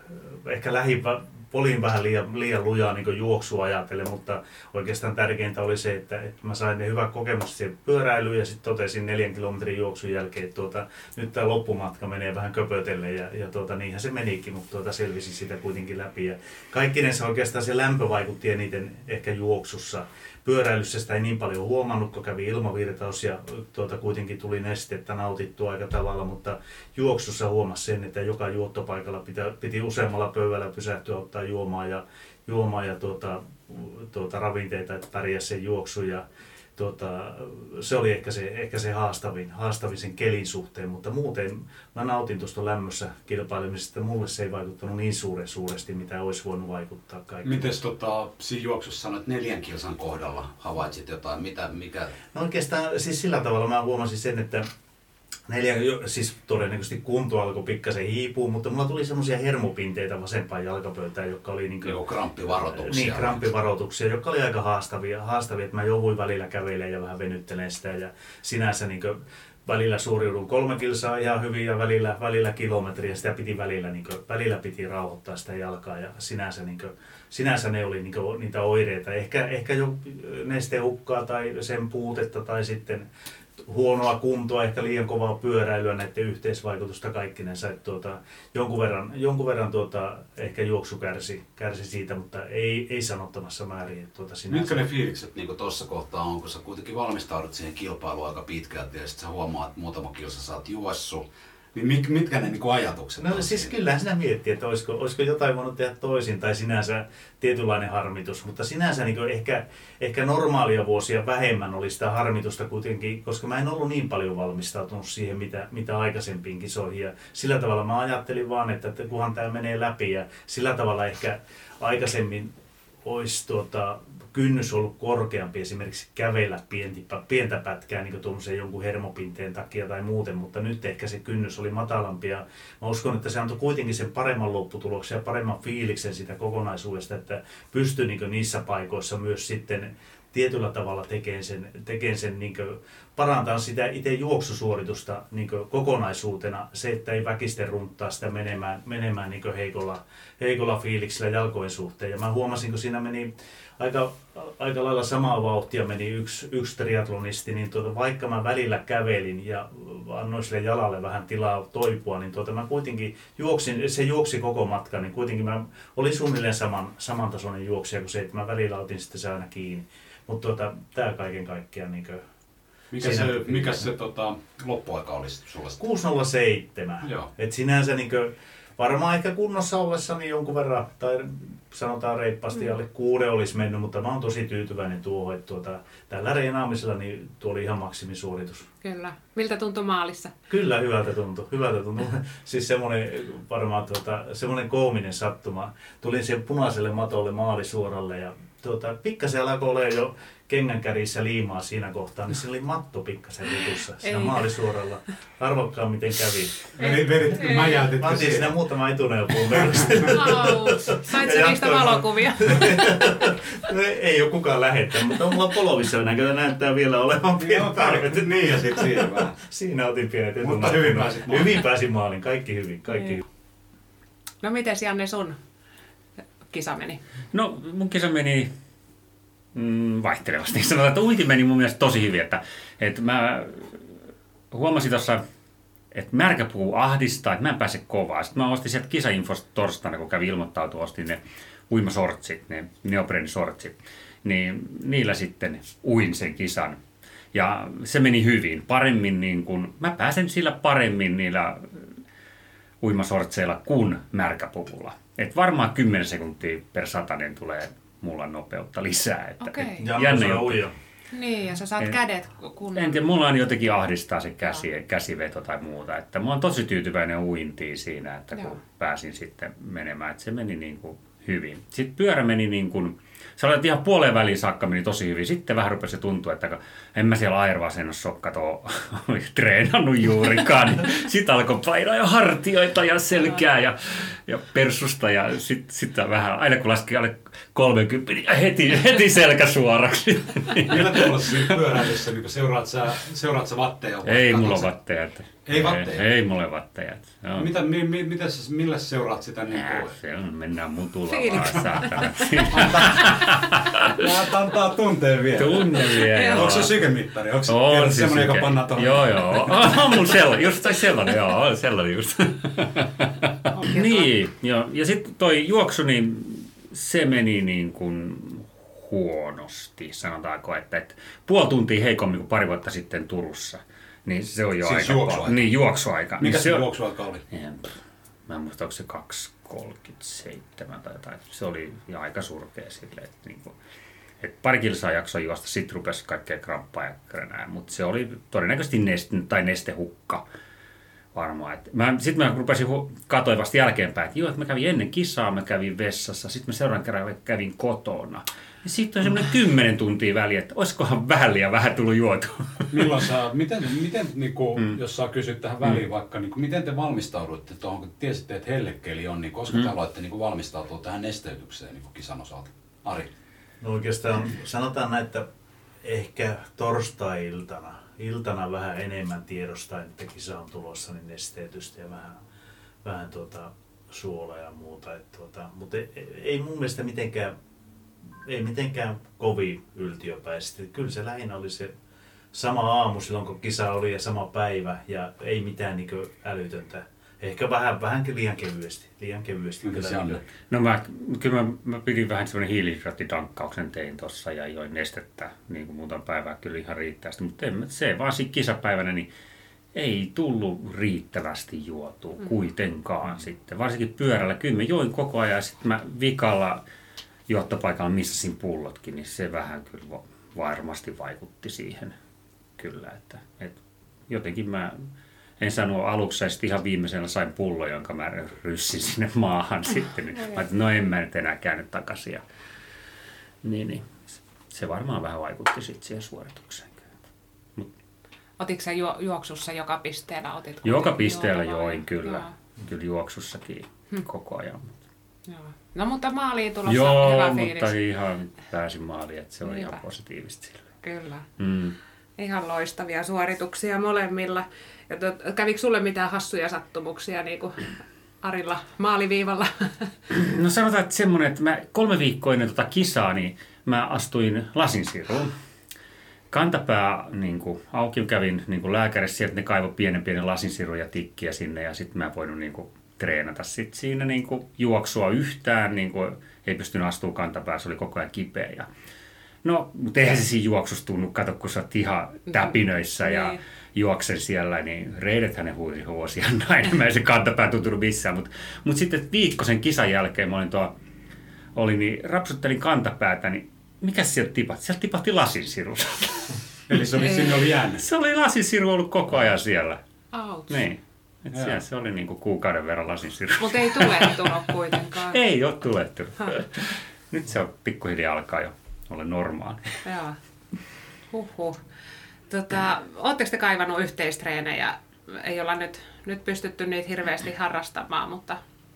ehkä lähin, olin vähän liian, liian lujaa niin juoksua ajatellen, mutta oikeastaan tärkeintä oli se, että, että mä sain ne hyvät kokemukset siihen pyöräilyyn ja sitten totesin neljän kilometrin juoksun jälkeen, että tuota, nyt tämä loppumatka menee vähän köpötelle ja, ja tuota, niinhän se menikin, mutta tuota, selvisi sitä kuitenkin läpi. Ja kaikkinensa oikeastaan se lämpö vaikutti eniten ehkä juoksussa. Pyöräilyssä sitä ei niin paljon huomannut, kun kävi ilmavirtaus ja tuota, kuitenkin tuli nestettä nautittua aika tavalla, mutta juoksussa huomasi sen, että joka juottopaikalla piti, piti useammalla pöydällä pysähtyä ottaa juomaan ja, juomaan ja tuota, tuota, ravinteita, että pärjäsi sen juoksun. Ja, tuota, se oli ehkä se, ehkä se haastavin, haastavin sen kelin suhteen, mutta muuten mä nautin tuosta lämmössä kilpailemisesta. Mulle se ei vaikuttanut niin suuren suuresti, mitä olisi voinut vaikuttaa kaikille. Mites tota, siinä juoksussa sanoit neljän kilsan kohdalla havaitsit jotain, mitä, mikä... No oikeastaan siis sillä tavalla mä huomasin sen, että neljä, siis todennäköisesti kunto alkoi pikkasen hiipua, mutta mulla tuli semmoisia hermopinteitä vasempaan jalkapöytään, jotka oli niin kuin kramppivaroituksia. Niin, kramppivaroituksia, jotka oli aika haastavia, haastavia, että mä jouduin välillä kävelemään ja vähän venyttelen sitä ja sinänsä niin kuin välillä suoriudun kolme kilsaa ihan hyvin ja välillä, välillä kilometriä, sitä piti välillä, niin kuin, välillä piti rauhoittaa sitä jalkaa ja sinänsä, niin kuin, sinänsä ne oli niin kuin, niitä oireita, ehkä, ehkä jo nestehukkaa tai sen puutetta tai sitten huonoa kuntoa, ehkä liian kovaa pyöräilyä, näiden yhteisvaikutusta kaikkinensa, että tuota, jonkun verran, jonkun verran tuota, ehkä juoksu kärsi, kärsi siitä, mutta ei, ei sanottomassa määrin. Tuota, mitkä ne fiilikset niin tuossa kohtaa on, kun sä kuitenkin valmistaudut siihen kilpailuun aika pitkälti ja sitten sä huomaat, että muutama kilsa sä oot juossut, niin mit, mitkä ne niin kuin ajatukset no on? Siis kyllähän sinä miettii, että olisiko, olisiko jotain voinut tehdä toisin tai sinänsä tietynlainen harmitus, mutta sinänsä niin ehkä, ehkä normaalia vuosia vähemmän oli sitä harmitusta kuitenkin, koska mä en ollut niin paljon valmistautunut siihen, mitä, mitä aikaisempiin kisoihin. Ja sillä tavalla mä ajattelin vaan, että, että kunhan tämä menee läpi ja sillä tavalla ehkä aikaisemmin olisi tuota, kynnys ollut korkeampi esimerkiksi kävellä pientä, pientä pätkää niin tuommoisen jonkun hermopinteen takia tai muuten, mutta nyt ehkä se kynnys oli matalampi ja mä uskon, että se antoi kuitenkin sen paremman lopputuloksen ja paremman fiiliksen sitä kokonaisuudesta, että pystyi niin niissä paikoissa myös sitten tietyllä tavalla tekemään sen, tekemään sen niin parantaa sitä itse juoksusuoritusta niin kokonaisuutena, se, että ei väkisten runttaa sitä menemään, menemään niin heikolla, heikolla fiiliksellä jalkojen suhteen. Ja mä huomasin, kun siinä meni aika, aika lailla samaa vauhtia meni yksi, yksi triatlonisti, niin tuota, vaikka mä välillä kävelin ja annoin sille jalalle vähän tilaa toipua, niin tuota, mä kuitenkin juoksin, se juoksi koko matkan, niin kuitenkin mä olin suunnilleen saman, samantasoinen juoksija kuin se, että mä välillä otin sitten se aina kiinni. Mutta tuota, tämä kaiken kaikkiaan niin mikä se, mikä se tota, loppuaika olisi sulla? kuusi nolla seitsemän. Et sinänsä niin kuin, varmaan ehkä kunnossa ollessani jonkun verran, tai sanotaan reippaasti mm. alle kuuden olisi mennyt, mutta mä oon tosi tyytyväinen tuohon, että tuota, tällä reenaamisella niin tuo oli ihan maksimisuoritus. Kyllä. Miltä tuntui maalissa? Kyllä, hyvältä tuntui. Hyvältä tuntui. Siis semmoinen varmaan tuota, semmoinen koominen sattuma. Tulin siihen punaiselle matolle maalisuoralle ja tuota, pikkasen alkoi olemaan jo kengänkärissä liimaa siinä kohtaa, niin siinä oli matto pikkasen jutussa siinä maalisuoralla. Arvokkaa miten kävi. Veditkö mäjäytit? Mä otin siinä muutama etuneuvoon myös. Sait sä niistä valokuvia? Ei ole kukaan lähettänyt, mutta mulla polovissa näköjään näyttää vielä olevan pienet tarvet. Niin ja sitten siinä vähän. Siinä otin pienet etuneuvoon. Mutta hyvin pääsit maaliin. Hyvin pääsin maaliin, kaikki hyvin. Kaikki hyvin. No mites Janne sun kisa meni? No mun kisa meni mm, vaihtelevasti. Sanotaan, että uinti meni mun mielestä tosi hyvin. Että, että mä huomasin tuossa, että märkäpuu ahdistaa, että mä en pääse kovaa. Sitten mä ostin sieltä kisainfosta torstaina, kun kävin ilmoittautua, ostin ne uimasortsit, ne neopreenisortsit. Niin niillä sitten uin sen kisan. Ja se meni hyvin. Paremmin niin kuin, mä pääsen sillä paremmin niillä uimasortseilla kuin märkäpuvulla. Et varmaan kymmenen sekuntia per satanen tulee mulla nopeutta lisää. Että, Okei. et, Ja jännä on juttu. uija. Niin, ja sä saat En- kädet kunnolla. En tiedä, mulla on jotenkin ahdistaa se käsi, käsiveto tai muuta. Että mä oon tosi tyytyväinen uintiin siinä, että kun Joo. pääsin sitten menemään, että se meni niin kuin hyvin. Sitten pyörä meni niin kuin, sä olet ihan puoleen väliin saakka meni tosi hyvin. Sitten vähän rupesi tuntua, että en mä siellä airva-asennossa ole kato, treenannut juurikaan. Sitten alkoi painaa jo hartioita ja selkää ja, ja persusta ja sitten sit vähän, aina kun laski alle kolmekymmentä, niin heti, heti selkä suoraksi. Millä tavalla siinä pyöräilyssä, niin seuraat sä, seuraat sä vatteja? Ei Katsot mulla sä- ole vatteja. Että- Ei vatteja? Ei, ei mulla ole vatteja. että- joo. Mitä, mi, mi, mitä sä, millä sä seuraat sitä niin Nää, kuin? se on, mennään mutulla Fiilis. vaan, saatana. Mä antaa tunteen vielä. Tunne vielä. Onko se sykemittari? Onko se On tiedät, se semmoinen, joka syke. pannaan tuohon? Joo, joo. On mun sellainen, just tai sellainen, joo, on sellainen just. Niin, joo. Ja sitten toi juoksu, niin se meni niin kuin huonosti, sanotaanko, että, että puoli tuntia heikommin kuin pari vuotta sitten Turussa. Niin se on jo Siis aika juoksuaika? paljon. Niin, juoksuaika. Mikä niin se on- juoksuaika oli? En, pff, Mä en muista, onko se kaksi kolmekymmentäseitsemän tai jotain. Se oli jo aika surkea silleen, että niinku, et pari kilsaa jaksoa juosta, sitten rupesi kaikkea kramppaa ja kränää, mutta se oli todennäköisesti neste, tai nestehukka varmaan. Sitten mä rupesin hu- katsoin vasta jälkeenpäin, että joo, että mä kävin ennen kisaa, mä kävin vessassa, sitten mä seuraavan kerran kävin kotona. Ja sitten on semmoinen kymmenen tuntia väliä, että olisikohan vähän liian vähän tullut juotua. Milloin sä, miten, miten niin kuin, mm. jos saa kysyä tähän väliin mm. vaikka, niin kuin, miten te valmistauduitte tuohon, kun tiesitte, että hellekeli on, niin koska mm. te aloitte niin kuin valmistautua tähän nesteytykseen niin kuin kisan osalta? Ari? No oikeastaan sanotaan näin, että ehkä torstai-iltana, iltana vähän enemmän tiedostain, että kisa on tulossa, niin nesteytystä ja vähän, vähän tuota, suolaa ja muuta. Et tuota, mutta ei, ei mun mielestä mitenkään, ei mitenkään kovin yltiöpäisesti. Kyllä se lähinnä oli se sama aamu silloin, kun kisa oli ja sama päivä ja ei mitään niin älytöntä. Ehkä vähän, vähänkin liian kevyesti. Liian kevyesti. Mikä se on? No mä, kyllä mä, mä pidin vähän semmoinen hiilihydraattidankkauksen tein tossa ja join nestettä niin kuin muutaman päivää kyllä ihan riittävästi. Mutta en, se vaan siinä kisapäivänä niin ei tullut riittävästi juotua mm. kuitenkaan sitten. Varsinkin pyörällä. Kyllä mä join koko ajan ja sitten mä vikalla juottopaikalla missasin pullotkin, niin se vähän kyllä varmasti vaikutti siihen kyllä. Että, että jotenkin mä en sanonut aluksi, ja sitten ihan viimeisellä sain pullo, jonka mä ryssin sinne maahan sitten. Niin mä ajattelin, no en mä nyt enää käynyt takaisin. Ja, niin, niin. Se varmaan vähän vaikutti sitten siihen suoritukseen. Mut, Otitko sä juo, juoksussa joka pisteellä? Otit joka pisteellä juotavaa? join kyllä. Joo. Kyllä juoksussakin hmm. koko ajan. Joo. No mutta maaliin tulossa Joo, hyvä mutta fiilis. ihan pääsin maaliin, että se on Hyvä. ihan positiivista sillä. Kyllä. Mm. Ihan loistavia suorituksia molemmilla. Ja tot, kävikö sulle mitään hassuja sattumuksia niin kuin Arilla maaliviivalla? No sanotaan, että semmoinen, että mä kolme viikkoa ennen tota kisaa, niin mä astuin lasinsiruun. Kantapää niin kuin, auki kävin niin kuin lääkärissä, sieltä ne kaivoi pienen pienen lasinsirun ja tikkiä sinne ja sitten mä en voinut niin kuin, treenata sit siinä niin kuin, juoksua yhtään, niin kuin, ei pystynyt astumaan kantapää, se oli koko ajan kipeä. Ja no, mutta eihän se siinä juoksussa tunnu, kato kun sä oot ihan täpinöissä ja Niin. juoksen siellä, niin reidethän ne huusi huosia näin, mä en se kantapää tuntunut missään. Mutta mut sitten viikko sen kisan jälkeen mä olin tuo, oli niin rapsuttelin kantapäätä, niin mikä sieltä tipahti? Sieltä tipahti lasinsiru. Eli se oli, sinne oli jäänyt. Se oli lasinsiru ollut koko ajan siellä. Auts. Niin. Et siellä se oli niinku kuukauden verran lasinsiru. Mutta ei tulettunut kuitenkaan. Ei ole tulettunut. Nyt se on pikkuhiljaa alkaa jo olla normaali. Joo. Huhhuh. Tota, ootteko te kaivannut yhteistreenejä? Ei olla nyt, nyt pystytty niitä hirveästi harrastamaan, mutta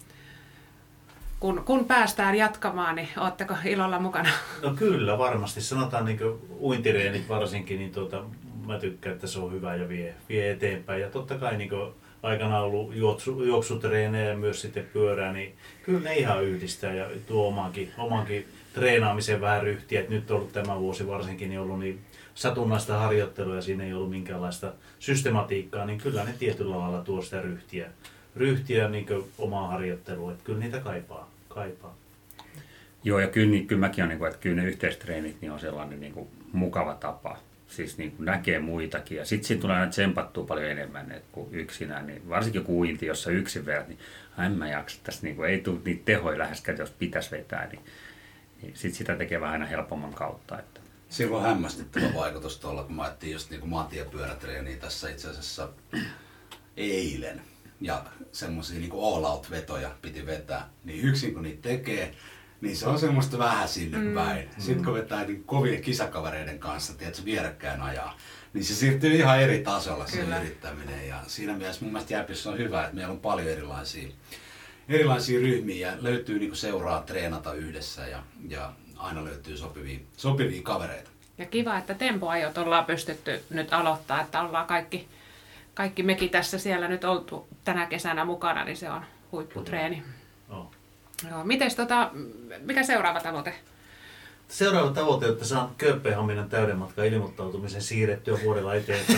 kun, kun päästään jatkamaan, niin ootteko ilolla mukana? No kyllä, varmasti. Sanotaan niin uintireenit varsinkin, niin tuota, mä tykkään, että se on hyvä ja vie, vie eteenpäin. Ja totta kai niin aikana ollut juoksu, juoksutreenejä ja myös sitten pyörää, niin kyllä ne ihan yhdistää ja tuo omankin, omankin treenaamisen vähän ryhtiä. Et nyt on ollut tämä vuosi varsinkin niin ollut niin satunnaista harjoittelua ja siinä ei ollut minkäänlaista systematiikkaa, niin kyllä ne tietyllä lailla tuo sitä ryhtiä, ryhtiä niin omaa harjoittelua. Et kyllä niitä kaipaa. kaipaa. Joo, ja kyllä, niin, kyllä mäkin on, niin kuin, että kyllä ne yhteistreenit niin on sellainen niin kuin, mukava tapa. Siis niin kuin näkee muitakin. Ja sitten siinä tulee aina tsempattua paljon enemmän että kuin yksinään. Niin varsinkin joku uinti, jossa yksin vedät, niin en mä jaksa tässä. Niin kuin, ei tule niitä tehoja läheskään, jos pitäisi vetää. Niin, niin sitten sitä tekee vähän aina helpomman kautta. Että. Sillä on hämmästyttävä vaikutus tuolla, kun mä ajattelin just niin kuin maantiepyörätreeniä tässä itse asiassa eilen. Ja semmoisia niin kuin all-out-vetoja piti vetää. Niin yksin kun niitä tekee, niin se on semmoista vähän sinne mm. päin. Sitten kun vetää niin kovien kisakavereiden kanssa, tiedätkö, vierekkäin ajaa, niin se siirtyy ihan eri tasolla se yrittäminen. Ja siinä mielessä mun mielestä Jäpissä on hyvä, että meillä on paljon erilaisia, erilaisia ryhmiä ja löytyy niin kuin seuraa treenata yhdessä ja, ja aina löytyy sopivia, sopivia kavereita. Ja kiva, että tempoajot ollaan pystytty nyt aloittaa, että ollaan kaikki, kaikki mekin tässä siellä nyt oltu tänä kesänä mukana, niin se on huipputreeni. Oh. Joo, mites tota, mikä seuraava tavoite? Seuraava tavoite on, että saan Kööpenhaminan täyden matkan ilmoittautumisen siirrettyä vuodella eteenpäin.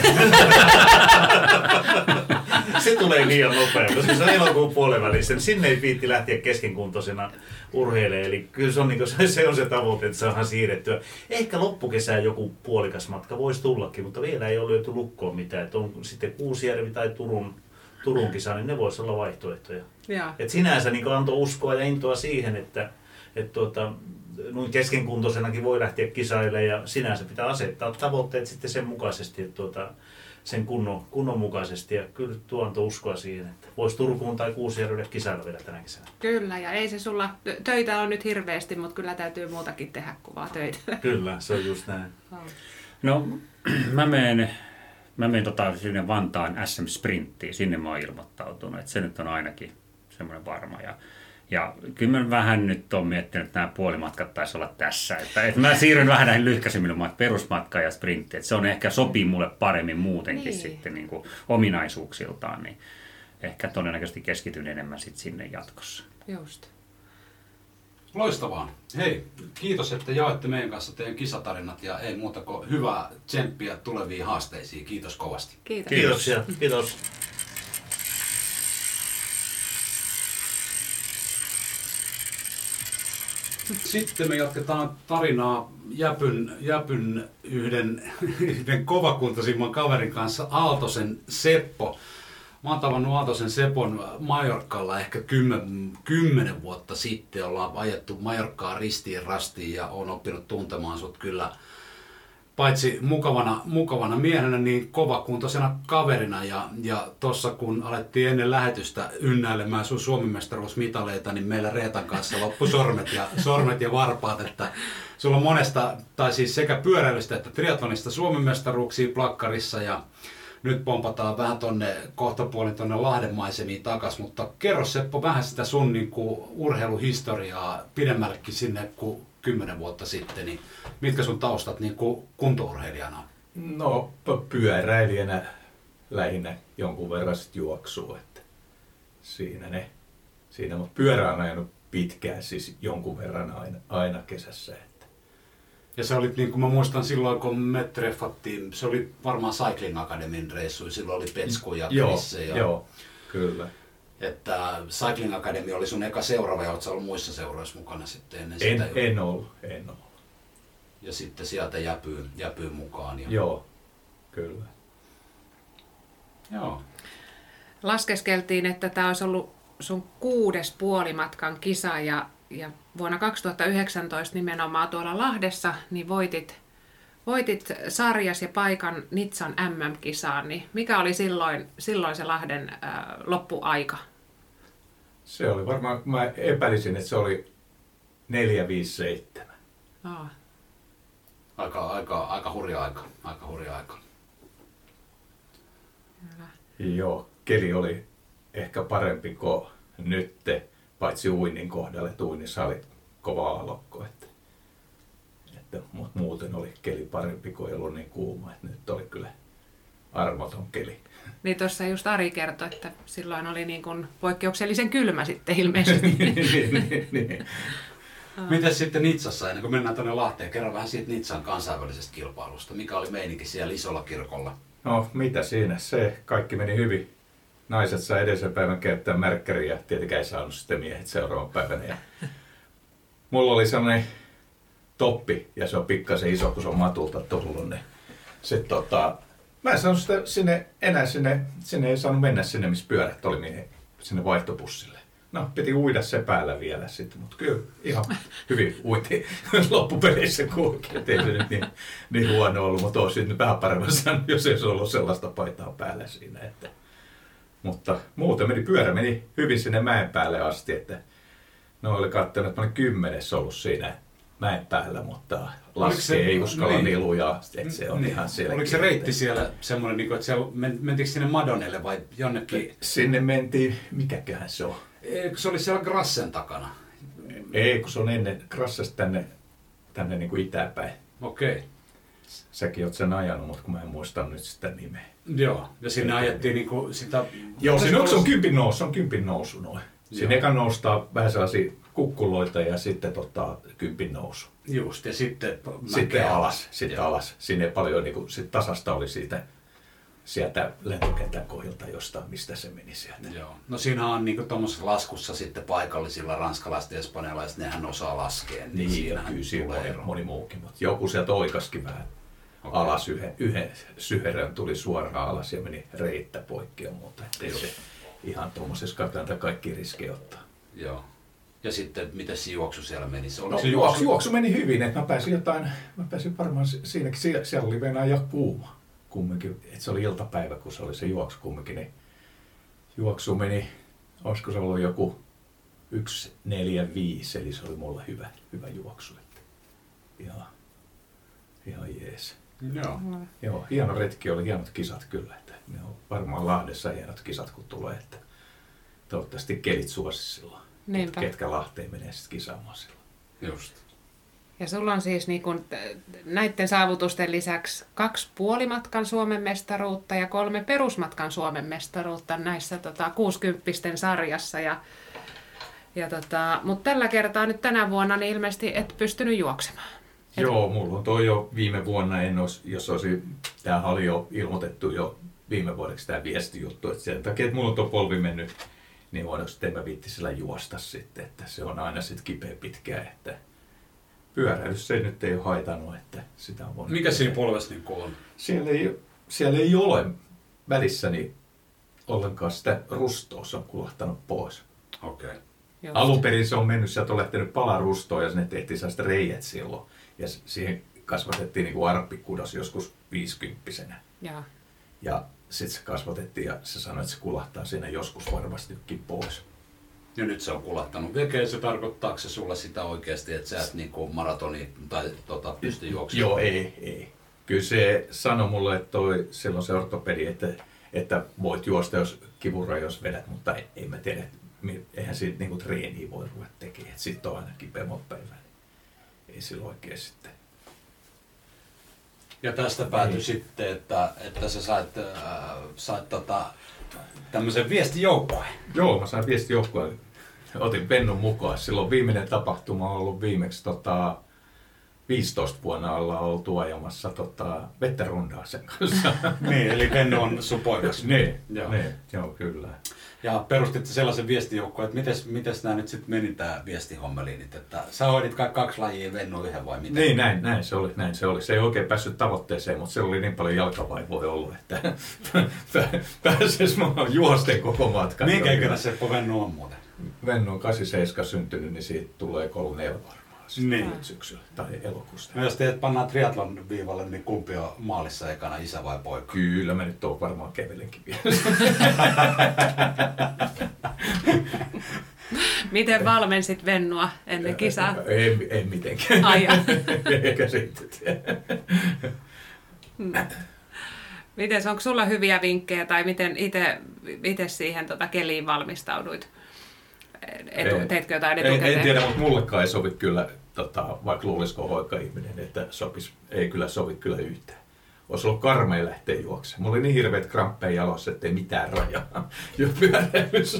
Se tulee liian nopea, koska se on elokuun puolivälissä, niin sinne ei viitti lähteä keskenkuntoisena urheilemaan. Eli kyllä se on, niin kuin, se on se tavoite, että saadaan siirrettyä. Ehkä loppukesään joku puolikas matka voisi tullakin, mutta vielä ei ole löyty lukkoon mitään. Että on sitten Kuusijärvi tai Turun, Turun kisa, niin ne voisi olla vaihtoehtoja. Et sinänsä niin antoi uskoa ja intoa siihen, että et tuota, noin keskenkuntoisenakin voi lähteä kisailemaan ja sinänsä pitää asettaa tavoitteet sitten sen mukaisesti, että tuota, sen kunnon, kunnon mukaisesti. Ja kyllä tuo antoi uskoa siihen, että voisi Turkuun tai Kuusijärvelle kisailla vielä tänä kesänä. Kyllä, ja ei se sulla, töitä on nyt hirveästi, mutta kyllä täytyy muutakin tehdä kuin vaan töitä. Kyllä, se on just näin. No, mä menen... Mä menen tota, sinne Vantaan S M-sprinttiin, sinne mä oon ilmoittautunut, että se nyt on ainakin semmoinen varma. Ja, ja kyllä mä vähän nyt oon miettinyt, että nämä puolimatkat taisi olla tässä. Että, että mä siirryn vähän näihin lyhkäisimmille perusmatkaan ja sprinttiin, että se on ehkä sopii mulle paremmin muutenkin niin. sitten niin kuin ominaisuuksiltaan, niin ehkä todennäköisesti keskityn enemmän sitten sinne jatkossa. Just. Loistavaa. Hei, kiitos, että jaoitte meidän kanssa teidän kisatarinat ja ei muuta kuin hyvää tsemppiä tuleviin haasteisiin. Kiitos kovasti. Kiitos. Kiitoksia. Kiitos. Sitten me jatketaan tarinaa Jäpyn, Jäpyn yhden, yhden kovakuntoisimman kaverin kanssa, Aaltosen Seppo. Mä oon tavannut Aaltosen Sepon Majorkalla ehkä kymmen, kymmenen vuotta sitten. Ollaan ajettu Majorkkaa ristiin rastiin ja oon oppinut tuntemaan sut kyllä paitsi mukavana, mukavana miehenä, niin kovakuntoisena kaverina. Ja, ja tossa kun alettiin ennen lähetystä ynnäilemään sun suomimestaruusmitaleita, niin meillä Reetan kanssa loppu sormet ja, sormet ja varpaat. Että sulla on monesta, tai siis sekä pyöräilystä että triathlonista suomimestaruuksia plakkarissa ja nyt pompataan vähän tonne kohtapuolin tonne Lahden maisemiin takas, mutta kerro Seppo vähän sitä sun niin kuin, urheiluhistoriaa pidemmällekin sinne kuin kymmenen vuotta sitten, niin mitkä sun taustat niin kuin kuntourheilijana on? No pyöräilijänä lähinnä jonkun verran sit juoksua, että siinä ne, siinä mut pyörä on ajanut pitkään siis jonkun verran aina, aina kesässä. Ja se oli, niin kuin mä muistan silloin, kun me treffattiin, se oli varmaan Cycling Academyn reissu, silloin oli Petsku ja Krisse. Joo, joo, kyllä. Että Cycling Academy oli sun eka seuraava, ja ootko sä ollut muissa seuroissa mukana sitten ennen en, sitä? En ollut, en ollut. Ja sitten sieltä jäpyy, jäpyy mukaan. Ja... Joo, kyllä. Joo. Laskeskeltiin, että tämä olisi ollut sun kuudes puolimatkan kisa ja Ja vuonna kaksituhattayhdeksäntoista nimenomaan tuolla Lahdessa niin voitit, voitit sarjas ja paikan Nitsan M M-kisaan. Niin mikä oli silloin, silloin se Lahden ää, loppuaika? Se oli varmaan, mä epäilisin, että se oli neljä viisi seitsemän. Aa. Aika, aika, aika hurja aika. Aika hurja aika. Kyllä. Joo, keli oli ehkä parempi kuin nytte. Paitsi uinnin kohdalla, että uinnissa oli kova aallokko, että, että, mutta muuten oli keli parempi, kun ei ollut niin kuuma, että nyt oli kyllä armoton keli. Niin tuossa just Ari kertoi, että silloin oli niin kuin poikkeuksellisen kylmä sitten ilmeisesti. niin, niin, niin. Mitäs sitten Nitsassa, ennen kuin mennään tuonne Lahteen, kerran vähän siitä Nitsan kansainvälisestä kilpailusta. Mikä oli meininki siellä isolla kirkolla? No mitä siinä, se kaikki meni hyvin. Naiset sai edellisen päivän käyttää märkkäriä ja tietenkään ei saanut sitten miehet seuraavan päivänä. Ja mulla oli sellainen toppi ja se on pikkasen iso, kun se on matulta tullut. Niin se, tota, mä en saanut sitä sinne, enää sinne, sinne ei saanut mennä sinne, missä pyörät oli, sinne vaihtopussille. No, piti uida se päällä vielä sitten, mutta kyllä ihan hyvin uiti loppupeleissä kulki. Ei se nyt niin, niin huono ollut, mutta olisi nyt vähän paremmin sanonut, jos ei olisi ollut sellaista paitaa päällä siinä. Että. Mutta muuten meni, pyörä meni hyvin sinne mäen päälle asti, että ne oli katsonut, että mä olin kymmenes ollut siinä mäen päällä, mutta laskee ei uskalla niin, niin lujaa, että se on niin, ihan selkeä. Oliko se reitti siellä semmoinen, että siellä, mentikö sinne Madonelle vai jonnekin? Sinne mentiin, mikäköhän se on? Eikö se oli siellä Grassen takana? Ei, kun se on ennen Grassesta tänne, tänne niin kuin itäpäin. Okei. Okay. Säkin oot sen ajanut, mutta kun mä en muista nyt sitä nimeä. Joo, ja sinne Eikä ajettiin niin kuin sitä... Joo, se, se on kympin nousu, se on kympin nousu noin. Siinä eka noustaa vähän sellaisia kukkuloita ja sitten tota, kympin nousu. Just, ja sitten... Sitten alas, sitten alas. Siinä ei paljon niin kuin, sit tasasta oli siitä, sieltä lentokentän kohdilta jostain, mistä se meni sieltä. Joo. No siinä on niin tuommoisessa laskussa sitten paikallisilla ranskalaiset ja espanjalaiset, nehän osaa laskea. Niin, niin kyllä siinä moni, moni muukin, mutta joku sieltä oikaskin vähän okay. alas. Yhden, yhden syherön tuli suoraan alas ja meni reittä poikki ja muuta. Ettei se ihan tuommoisessa kannata kaikki riskejä ottaa. Joo. Ja sitten, miten se juoksu siellä meni? Se, no, se juoksu, juoksu? juoksu meni hyvin, että mä pääsin jotain, mä pääsin varmaan siinäkin, siellä, siellä oli venää ja kuuma. Kumminkin, että se oli iltapäivä, kun se oli se juoksu kumminkin, niin juoksu meni, olisiko se ollut joku yksi neljä viisi, eli se oli mulle hyvä, hyvä juoksu. Että ihan, ihan jees. Joo. Joo, hieno retki, oli hienot kisat kyllä, että ne on varmaan Lahdessa hienot kisat, kun tulee, että toivottavasti kelit suosi silloin, Niinpä. ketkä Lahteen menee sitten kisaamaan silloin. Just. Ja sulla on siis niin kun, näiden saavutusten lisäksi kaksi puolimatkan Suomen mestaruutta ja kolme perusmatkan Suomen mestaruutta näissä tota, kuusikymppisten sarjassa. Ja, ja tota, mutta tällä kertaa nyt tänä vuonna niin ilmeisesti et pystynyt juoksemaan. Et... Joo, mulla on toi jo viime vuonna, en olisi, jos olisi, tämähän oli jo ilmoitettu jo viime vuodeksi tämä viestijuttu, että sen takia, että mulla on tuo polvi mennyt, niin vuodeksi en mä viitti sillä juosta sitten, että se on aina sitten kipeä pitkään, että pyöräilys se nyt ei ole haitannut, että sitä on voinut... Mikä siinä polvessa niin on? Siellä ei, siellä ei ole välissäni ollenkaan sitä rustoa, se on kulahtanut pois. Okei. Okay. Alun perin se on mennyt, sieltä on lähtenyt pala rustoa ja sinne tehtiin sellaista reijät silloin. Ja siihen kasvatettiin niin kuin arppikudos joskus viisikymppisenä. Ja, ja sitten se kasvatettiin ja se sanoi, että se kulahtaa siinä joskus varmastikin pois. Ja nyt se on kulahtanut vekeen, se tarkoittaako se sulle sitä oikeasti, että sä et niin kuin maratoni tai tota, pysty juoksemaan? Joo, ei, ei. Kyllä se sanoi mulle, että toi, silloin se ortopedi, että, että voit juosta, jos kivura, jos vedät, mutta ei, ei mä tiedä, eihän siitä niin kuin treeniä voi ruveta tekemään, että sitten on aina kipeä monta päivää. Ei silloin oikein sitten. Ja tästä päätyi sitten, että, että sä sait, äh, sait tota, tämmöisen viestijoukkueen. Joo, mä sain viestijoukkueen. Otin Pennun mukaan. Silloin viimeinen tapahtuma on ollut viimeksi tota, viisitoista vuonna ollaan oltu ajamassa tota, vettä rundaa sen kanssa. Niin, eli Pennu on sun poikas. Niin, joo. Niin, joo, kyllä. Ja perustitte sellaisen viestijoukkoon, että mites, mites nämä nyt sitten meni tämä viestihommeliinit, että sä hoidit kaksi lajia, Vennu yhden vai mitä? Niin, näin, näin, se oli, näin se oli. Se ei oikein päässyt tavoitteeseen, mutta se oli niin paljon jalkavaivoja ollut, että pääsis mä juosten koko matkan. Minkä ikäinen Seppo Vennu on muuten? Vennu on kahdeksankymmentäseitsemän syntynyt, niin siitä tulee kolmekymmentäneljä varmaan. Niin. Syksyllä tai elokuusta. No jos teidät pannaan triathlon viivalle, niin kumpi on maalissa ekana, isä vai poika? Kyllä, mä nyt oon varmaan kävelenkin vielä. Miten valmensit Vennua ennen kisaa? Ei, ei mitenkään. Ai eikä sitten tiedä. Miten, onko sulla hyviä vinkkejä tai miten itse siihen tota keliin valmistauduit? Etu, teitkö jotain etukäteen? En, en tiedä, mutta mullekaan ei sovi kyllä, tota, vaikka luulisiko hoikka ihminen, että sopisi, ei kyllä sovi kyllä yhtään. olisi ollut karmea lähteä juoksemaan. Mulla oli niin hirveät kramppeja jalossa, ettei mitään rajaa jo pyöräilyssä.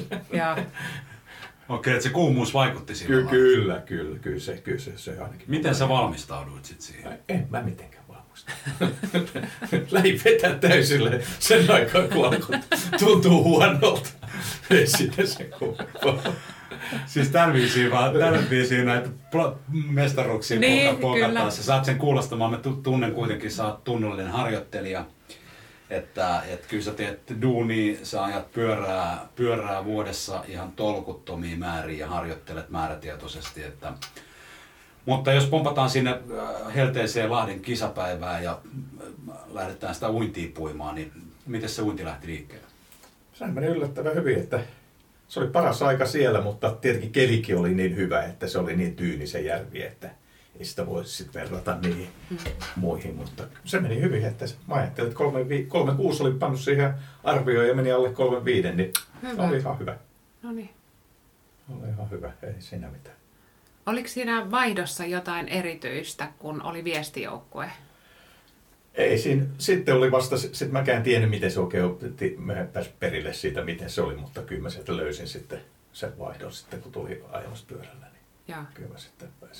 Okei, että se kuumuus vaikutti Ky- siihen. Kyllä, kyllä, kyllä se, kyllä se, se ainakin. Miten sä valmistauduit sit siihen? En mä mitenkään valmistaudu. Lähin vetää täysille sen aikaa, kun alkoi tuntuu huonolta. Ei siinä se kumpaa. Siis tällä viisiin vaan, tällä viisiin näitä mestaruuksia niin, pokataan. Sä saat sen kuulostamaan, mä tunnen kuitenkin, sä oot tunnollinen harjoittelija. Että et kyllä sä teet duunia, sä ajat pyörää, pyörää vuodessa ihan tolkuttomia määriä ja harjoittelet määrätietoisesti. Että, mutta jos pompataan sinne helteeseen Lahden kisapäivään ja lähdetään sitä uintia puimaan, niin miten se uinti lähti liikkeelle? Se meni yllättävän hyvin, että se oli paras aika siellä, mutta tietenkin kelikin oli niin hyvä, että se oli niin tyyni se järvi, että ei sitä voisi sitten verrata niihin mm. muihin, mutta se meni hyvin, että mä ajattelin, että kolme, vi- kolme kuusi oli pannut siihen arvioon ja meni alle kolme viiden, niin hyvä. Oli ihan hyvä. No niin. Oli ihan hyvä, ei siinä mitään. Oliko siinä vaihdossa jotain erityistä, kun oli viestijoukkue? Ei, siinä, sitten oli vasta, sitten mäkään tiennyt, miten se oikein opetti, mä pääsin perille siitä, miten se oli, mutta kyllä mä sieltä löysin sitten sen vaihdon sitten, kun tuli ajamassa pyörällä, niin ja. Kyllä mä sitten pääsin.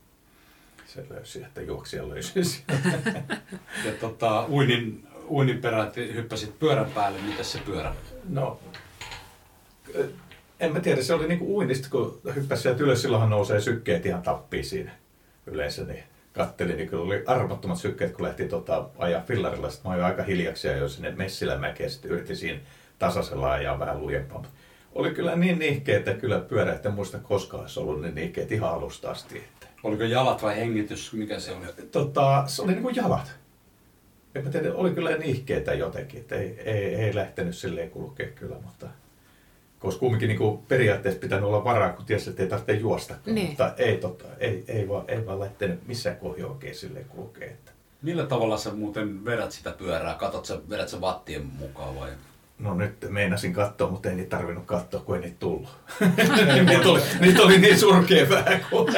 Se löysi, että juoksija löysi Ja tota, uinin, uinin perään hyppäsit pyörän päälle, miten se pyörä? No, en mä tiedä, se oli niinku uinista, kun hyppäsi sieltä ylös, silloinhan nousee sykkeet ihan tappiin siinä yleensä, niin kattelin, niin kyllä oli arvottomat sykkeet, kun lähti tota, ajaa fillarilla, sitten mä olin aika hiljaksi ja jo sinne Messilämäkeen, sitten yritin siinä tasaisella ajaa vähän lujempaa. Oli kyllä niin nihkeä, että kyllä pyörä, että en muista koskaan olisi ollut niin nihkeä, ihan alusta asti. Että. Oliko jalat vai hengitys, mikä se oli? Tota, se oli niin kuin jalat. En mä tiedä, oli kyllä nihkeitä jotenkin, että ei, ei, ei lähtenyt silleen kulkea kyllä, mutta koska kumminkin niin kuin periaatteessa pitänyt olla varaa, kun tiesi, että ei tarvitse juosta, niin. Mutta ei, tota, ei, ei, vaan, ei vaan lähtenyt missään kohdassa oikein silleen kulkea. Että. Millä tavalla sä muuten vedät sitä pyörää? Katot sä, vedät sä wattien mukaan vai? No nyt meinasin katsoa, mutta ei niitä tarvinnut katsoa, kun ei niitä tullut. niitä, oli, niitä oli niin surkea vähän kuin.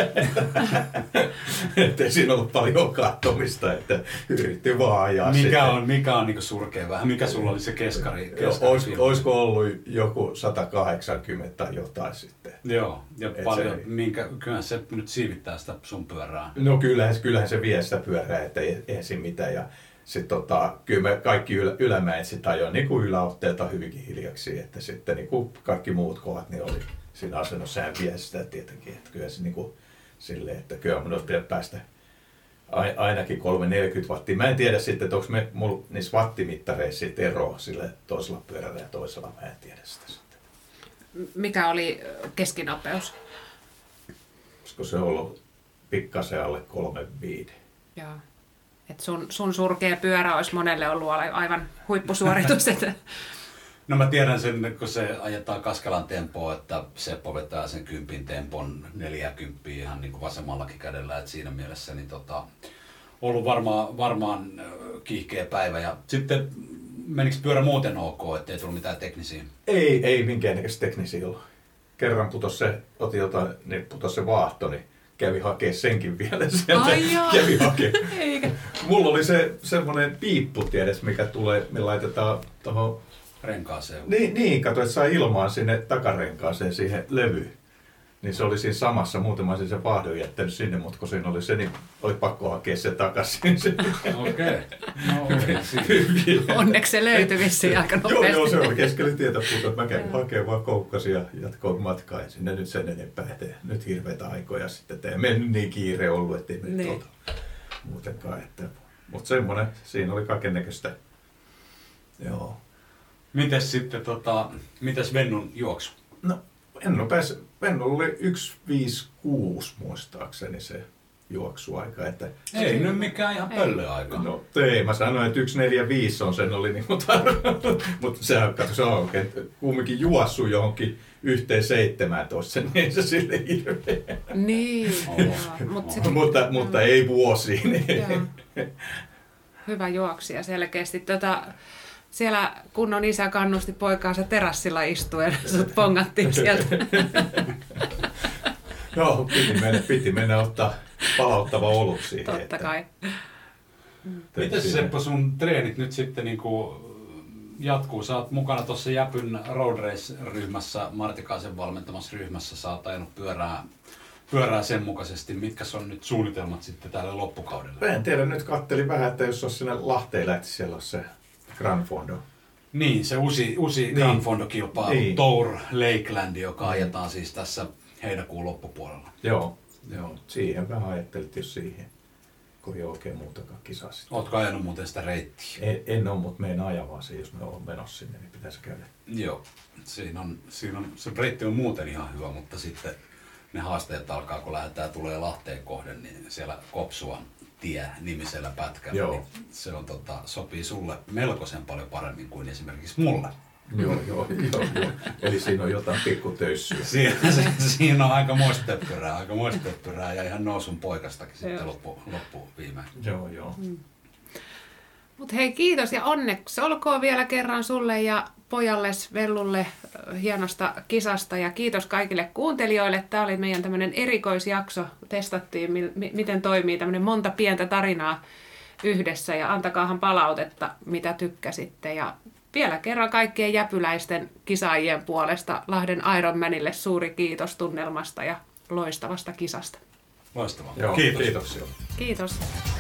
Että ei siinä ollut paljon katsomista, että yritti vaan ajaa mikä sitten. On, mikä on niin surkea vähän? Mikä sulla oli se keskari? keskari Olis, olisiko ollut joku sata kahdeksankymmentä tai jotain sitten. Joo, ja et paljon, se, minkä, kyllähän se nyt siivittää sitä sun pyörää. No kyllähän, kyllähän se vie sitä pyörää, että ei, ei siinä mitään. Ja sitten tota, kyllä me kaikki ylä, ylämäet sitten ajoin niin kuin yläotteelta hyvinkin hiljaksi, että sitten niin kuin kaikki muut kohdat niin oli siinä asennossa ja vie sitä tietenkin, että kyllä se niin kuin silleen, että kyllä mun olisi pitänyt päästä ainakin kolme neljäkymmentä wattia. Mä en tiedä sitten, että onko me mulla niissä wattimittareissa sitten eroa sille toisella pyörällä ja toisella, mä en tiedä sitä sitten. Mikä oli keskinopeus? Olisiko se ollut pikkasen alle kolme viisi? Joo. Et sun, sun surkea pyörä olisi monelle ollut aivan huippusuoritus. No mä tiedän sen, kun se ajetaan Kaskalan tempoa, että Seppo vetää sen kympin tempon neljäkymppiä ihan niin kuin vasemmallakin kädellä. Et siinä mielessä niin tota, ollut varmaan, varmaan kiihkeä päivä. Ja sitten menikö pyörä muuten ok, ettei tullut mitään teknisiä? Ei, ei minkäännäköistä teknisiä ollut. Kerran putos se, otin jotain, niin putos se vaahto, niin kävi hakee senkin vielä sieltä. Kävi hakee. Eikä. Mulla oli se semmoinen piippu, tiedäs, mikä tulee, me laitetaan tuohon renkaaseen. Niin, niin, kato, että saa ilmaan sinne takarenkaaseen siihen levyyn. Niin se oli siinä samassa, muuten mä olisin sen vaahdon jättänyt sinne, mutta kun siinä oli se, niin oli pakko hakea se takaisin. Okei. Okay. No, onneksi se löytyi vissiin aika nopeasti. Joo, joo, se oli keskellä tietä puhuta, että mä kävin hakemaan vaan koukkasi ja jatkoin matkaa. Ja sinne nyt sen enempää, että nyt hirveitä aikoja sitten, että ei mennyt niin kiire ollut, ettei me niin. Tuota muutenkaan. Että, mutta semmoinen, siinä oli kaikennäköistä. Joo. Mites sitten, tota, mites Vennun juoksu? No, Vennu pääsi, Vennu oli yksi viisi kuusi muistaakseni se juoksuaika. Että ei nyt mikään ihan pöllöaika. No ei, mä sanoin, että yksi neljä viisi on sen oli niin kuin tarvittu. Mutta sehän, katso, se on oikein kumminkin juossut johonkin yhteen seitsemäntoista, niin se sille hirveä. Niin, joo. Mut se, mutta, mutta ei vuosiin. Hyvä juoksija selkeästi. Tota, siellä kunnon isä kannusti poikaansa terassilla istuen, sut pongattiin sieltä. Joo, piti mennä, piti mennä ottaa palauttava olut siihen. Totta kai. Mm. Miten Seppo sun treenit nyt sitten niinku jatkuu? Sä oot mukana tuossa Jäpyn Road Race-ryhmässä, Martikaisen valmentamassa ryhmässä. Sä oot ajanut pyörää, pyörää sen mukaisesti. Mitkä on nyt suunnitelmat sitten tälle loppukaudelle? En tiedä, nyt kattelin vähän, että jos olisi sinne Lahteen lähti, siellä olisi se Grand Fondo. Niin, se uusi, uusi niin. Grand Fondo-kilpailu, niin. Tour Lakeland, joka ajetaan siis tässä heinäkuun loppupuolella. Joo, Joo. siihen vähän ajattelit, jos siihen, kun ei oikein muutakaan kisaa sitten. Ootko ajanut muuten sitä reittiä? En, en ole, mutta menen ajavaa se, jos me ollaan menossa sinne, niin pitäisi käydä. Joo, siinä on, siinä on, se reitti on muuten ihan hyvä, mutta sitten ne haasteet alkaa, kun lähdetään tulee Lahteen kohden, niin siellä Kopsuan tie nimisellä pätkällä, Joo. niin se on, tota, sopii sulle melkoisen paljon paremmin kuin esimerkiksi mulle. Joo, joo, joo, joo. Eli siinä on jotain pikkutöyssyä. Siinä, siinä on aika muisteppyrää, aika muisteppyrää ja ihan nousun poikastakin sitten loppu, loppu viimein. Joo, joo. Mm. Mut hei, kiitos ja onneksi olkoon vielä kerran sulle ja pojalles Vellulle hienosta kisasta ja kiitos kaikille kuuntelijoille. Tämä oli meidän tämmöinen erikoisjakso. Testattiin, mi- miten toimii tämmöinen monta pientä tarinaa yhdessä ja antakaahan palautetta, mitä tykkäsitte. Ja vielä kerran kaikkien jäpyläisten kisaajien puolesta Lahden Ironmanille suuri kiitos tunnelmasta ja loistavasta kisasta. Loistavaa. Joo, Kiitos. Kiitoksia. Kiitos.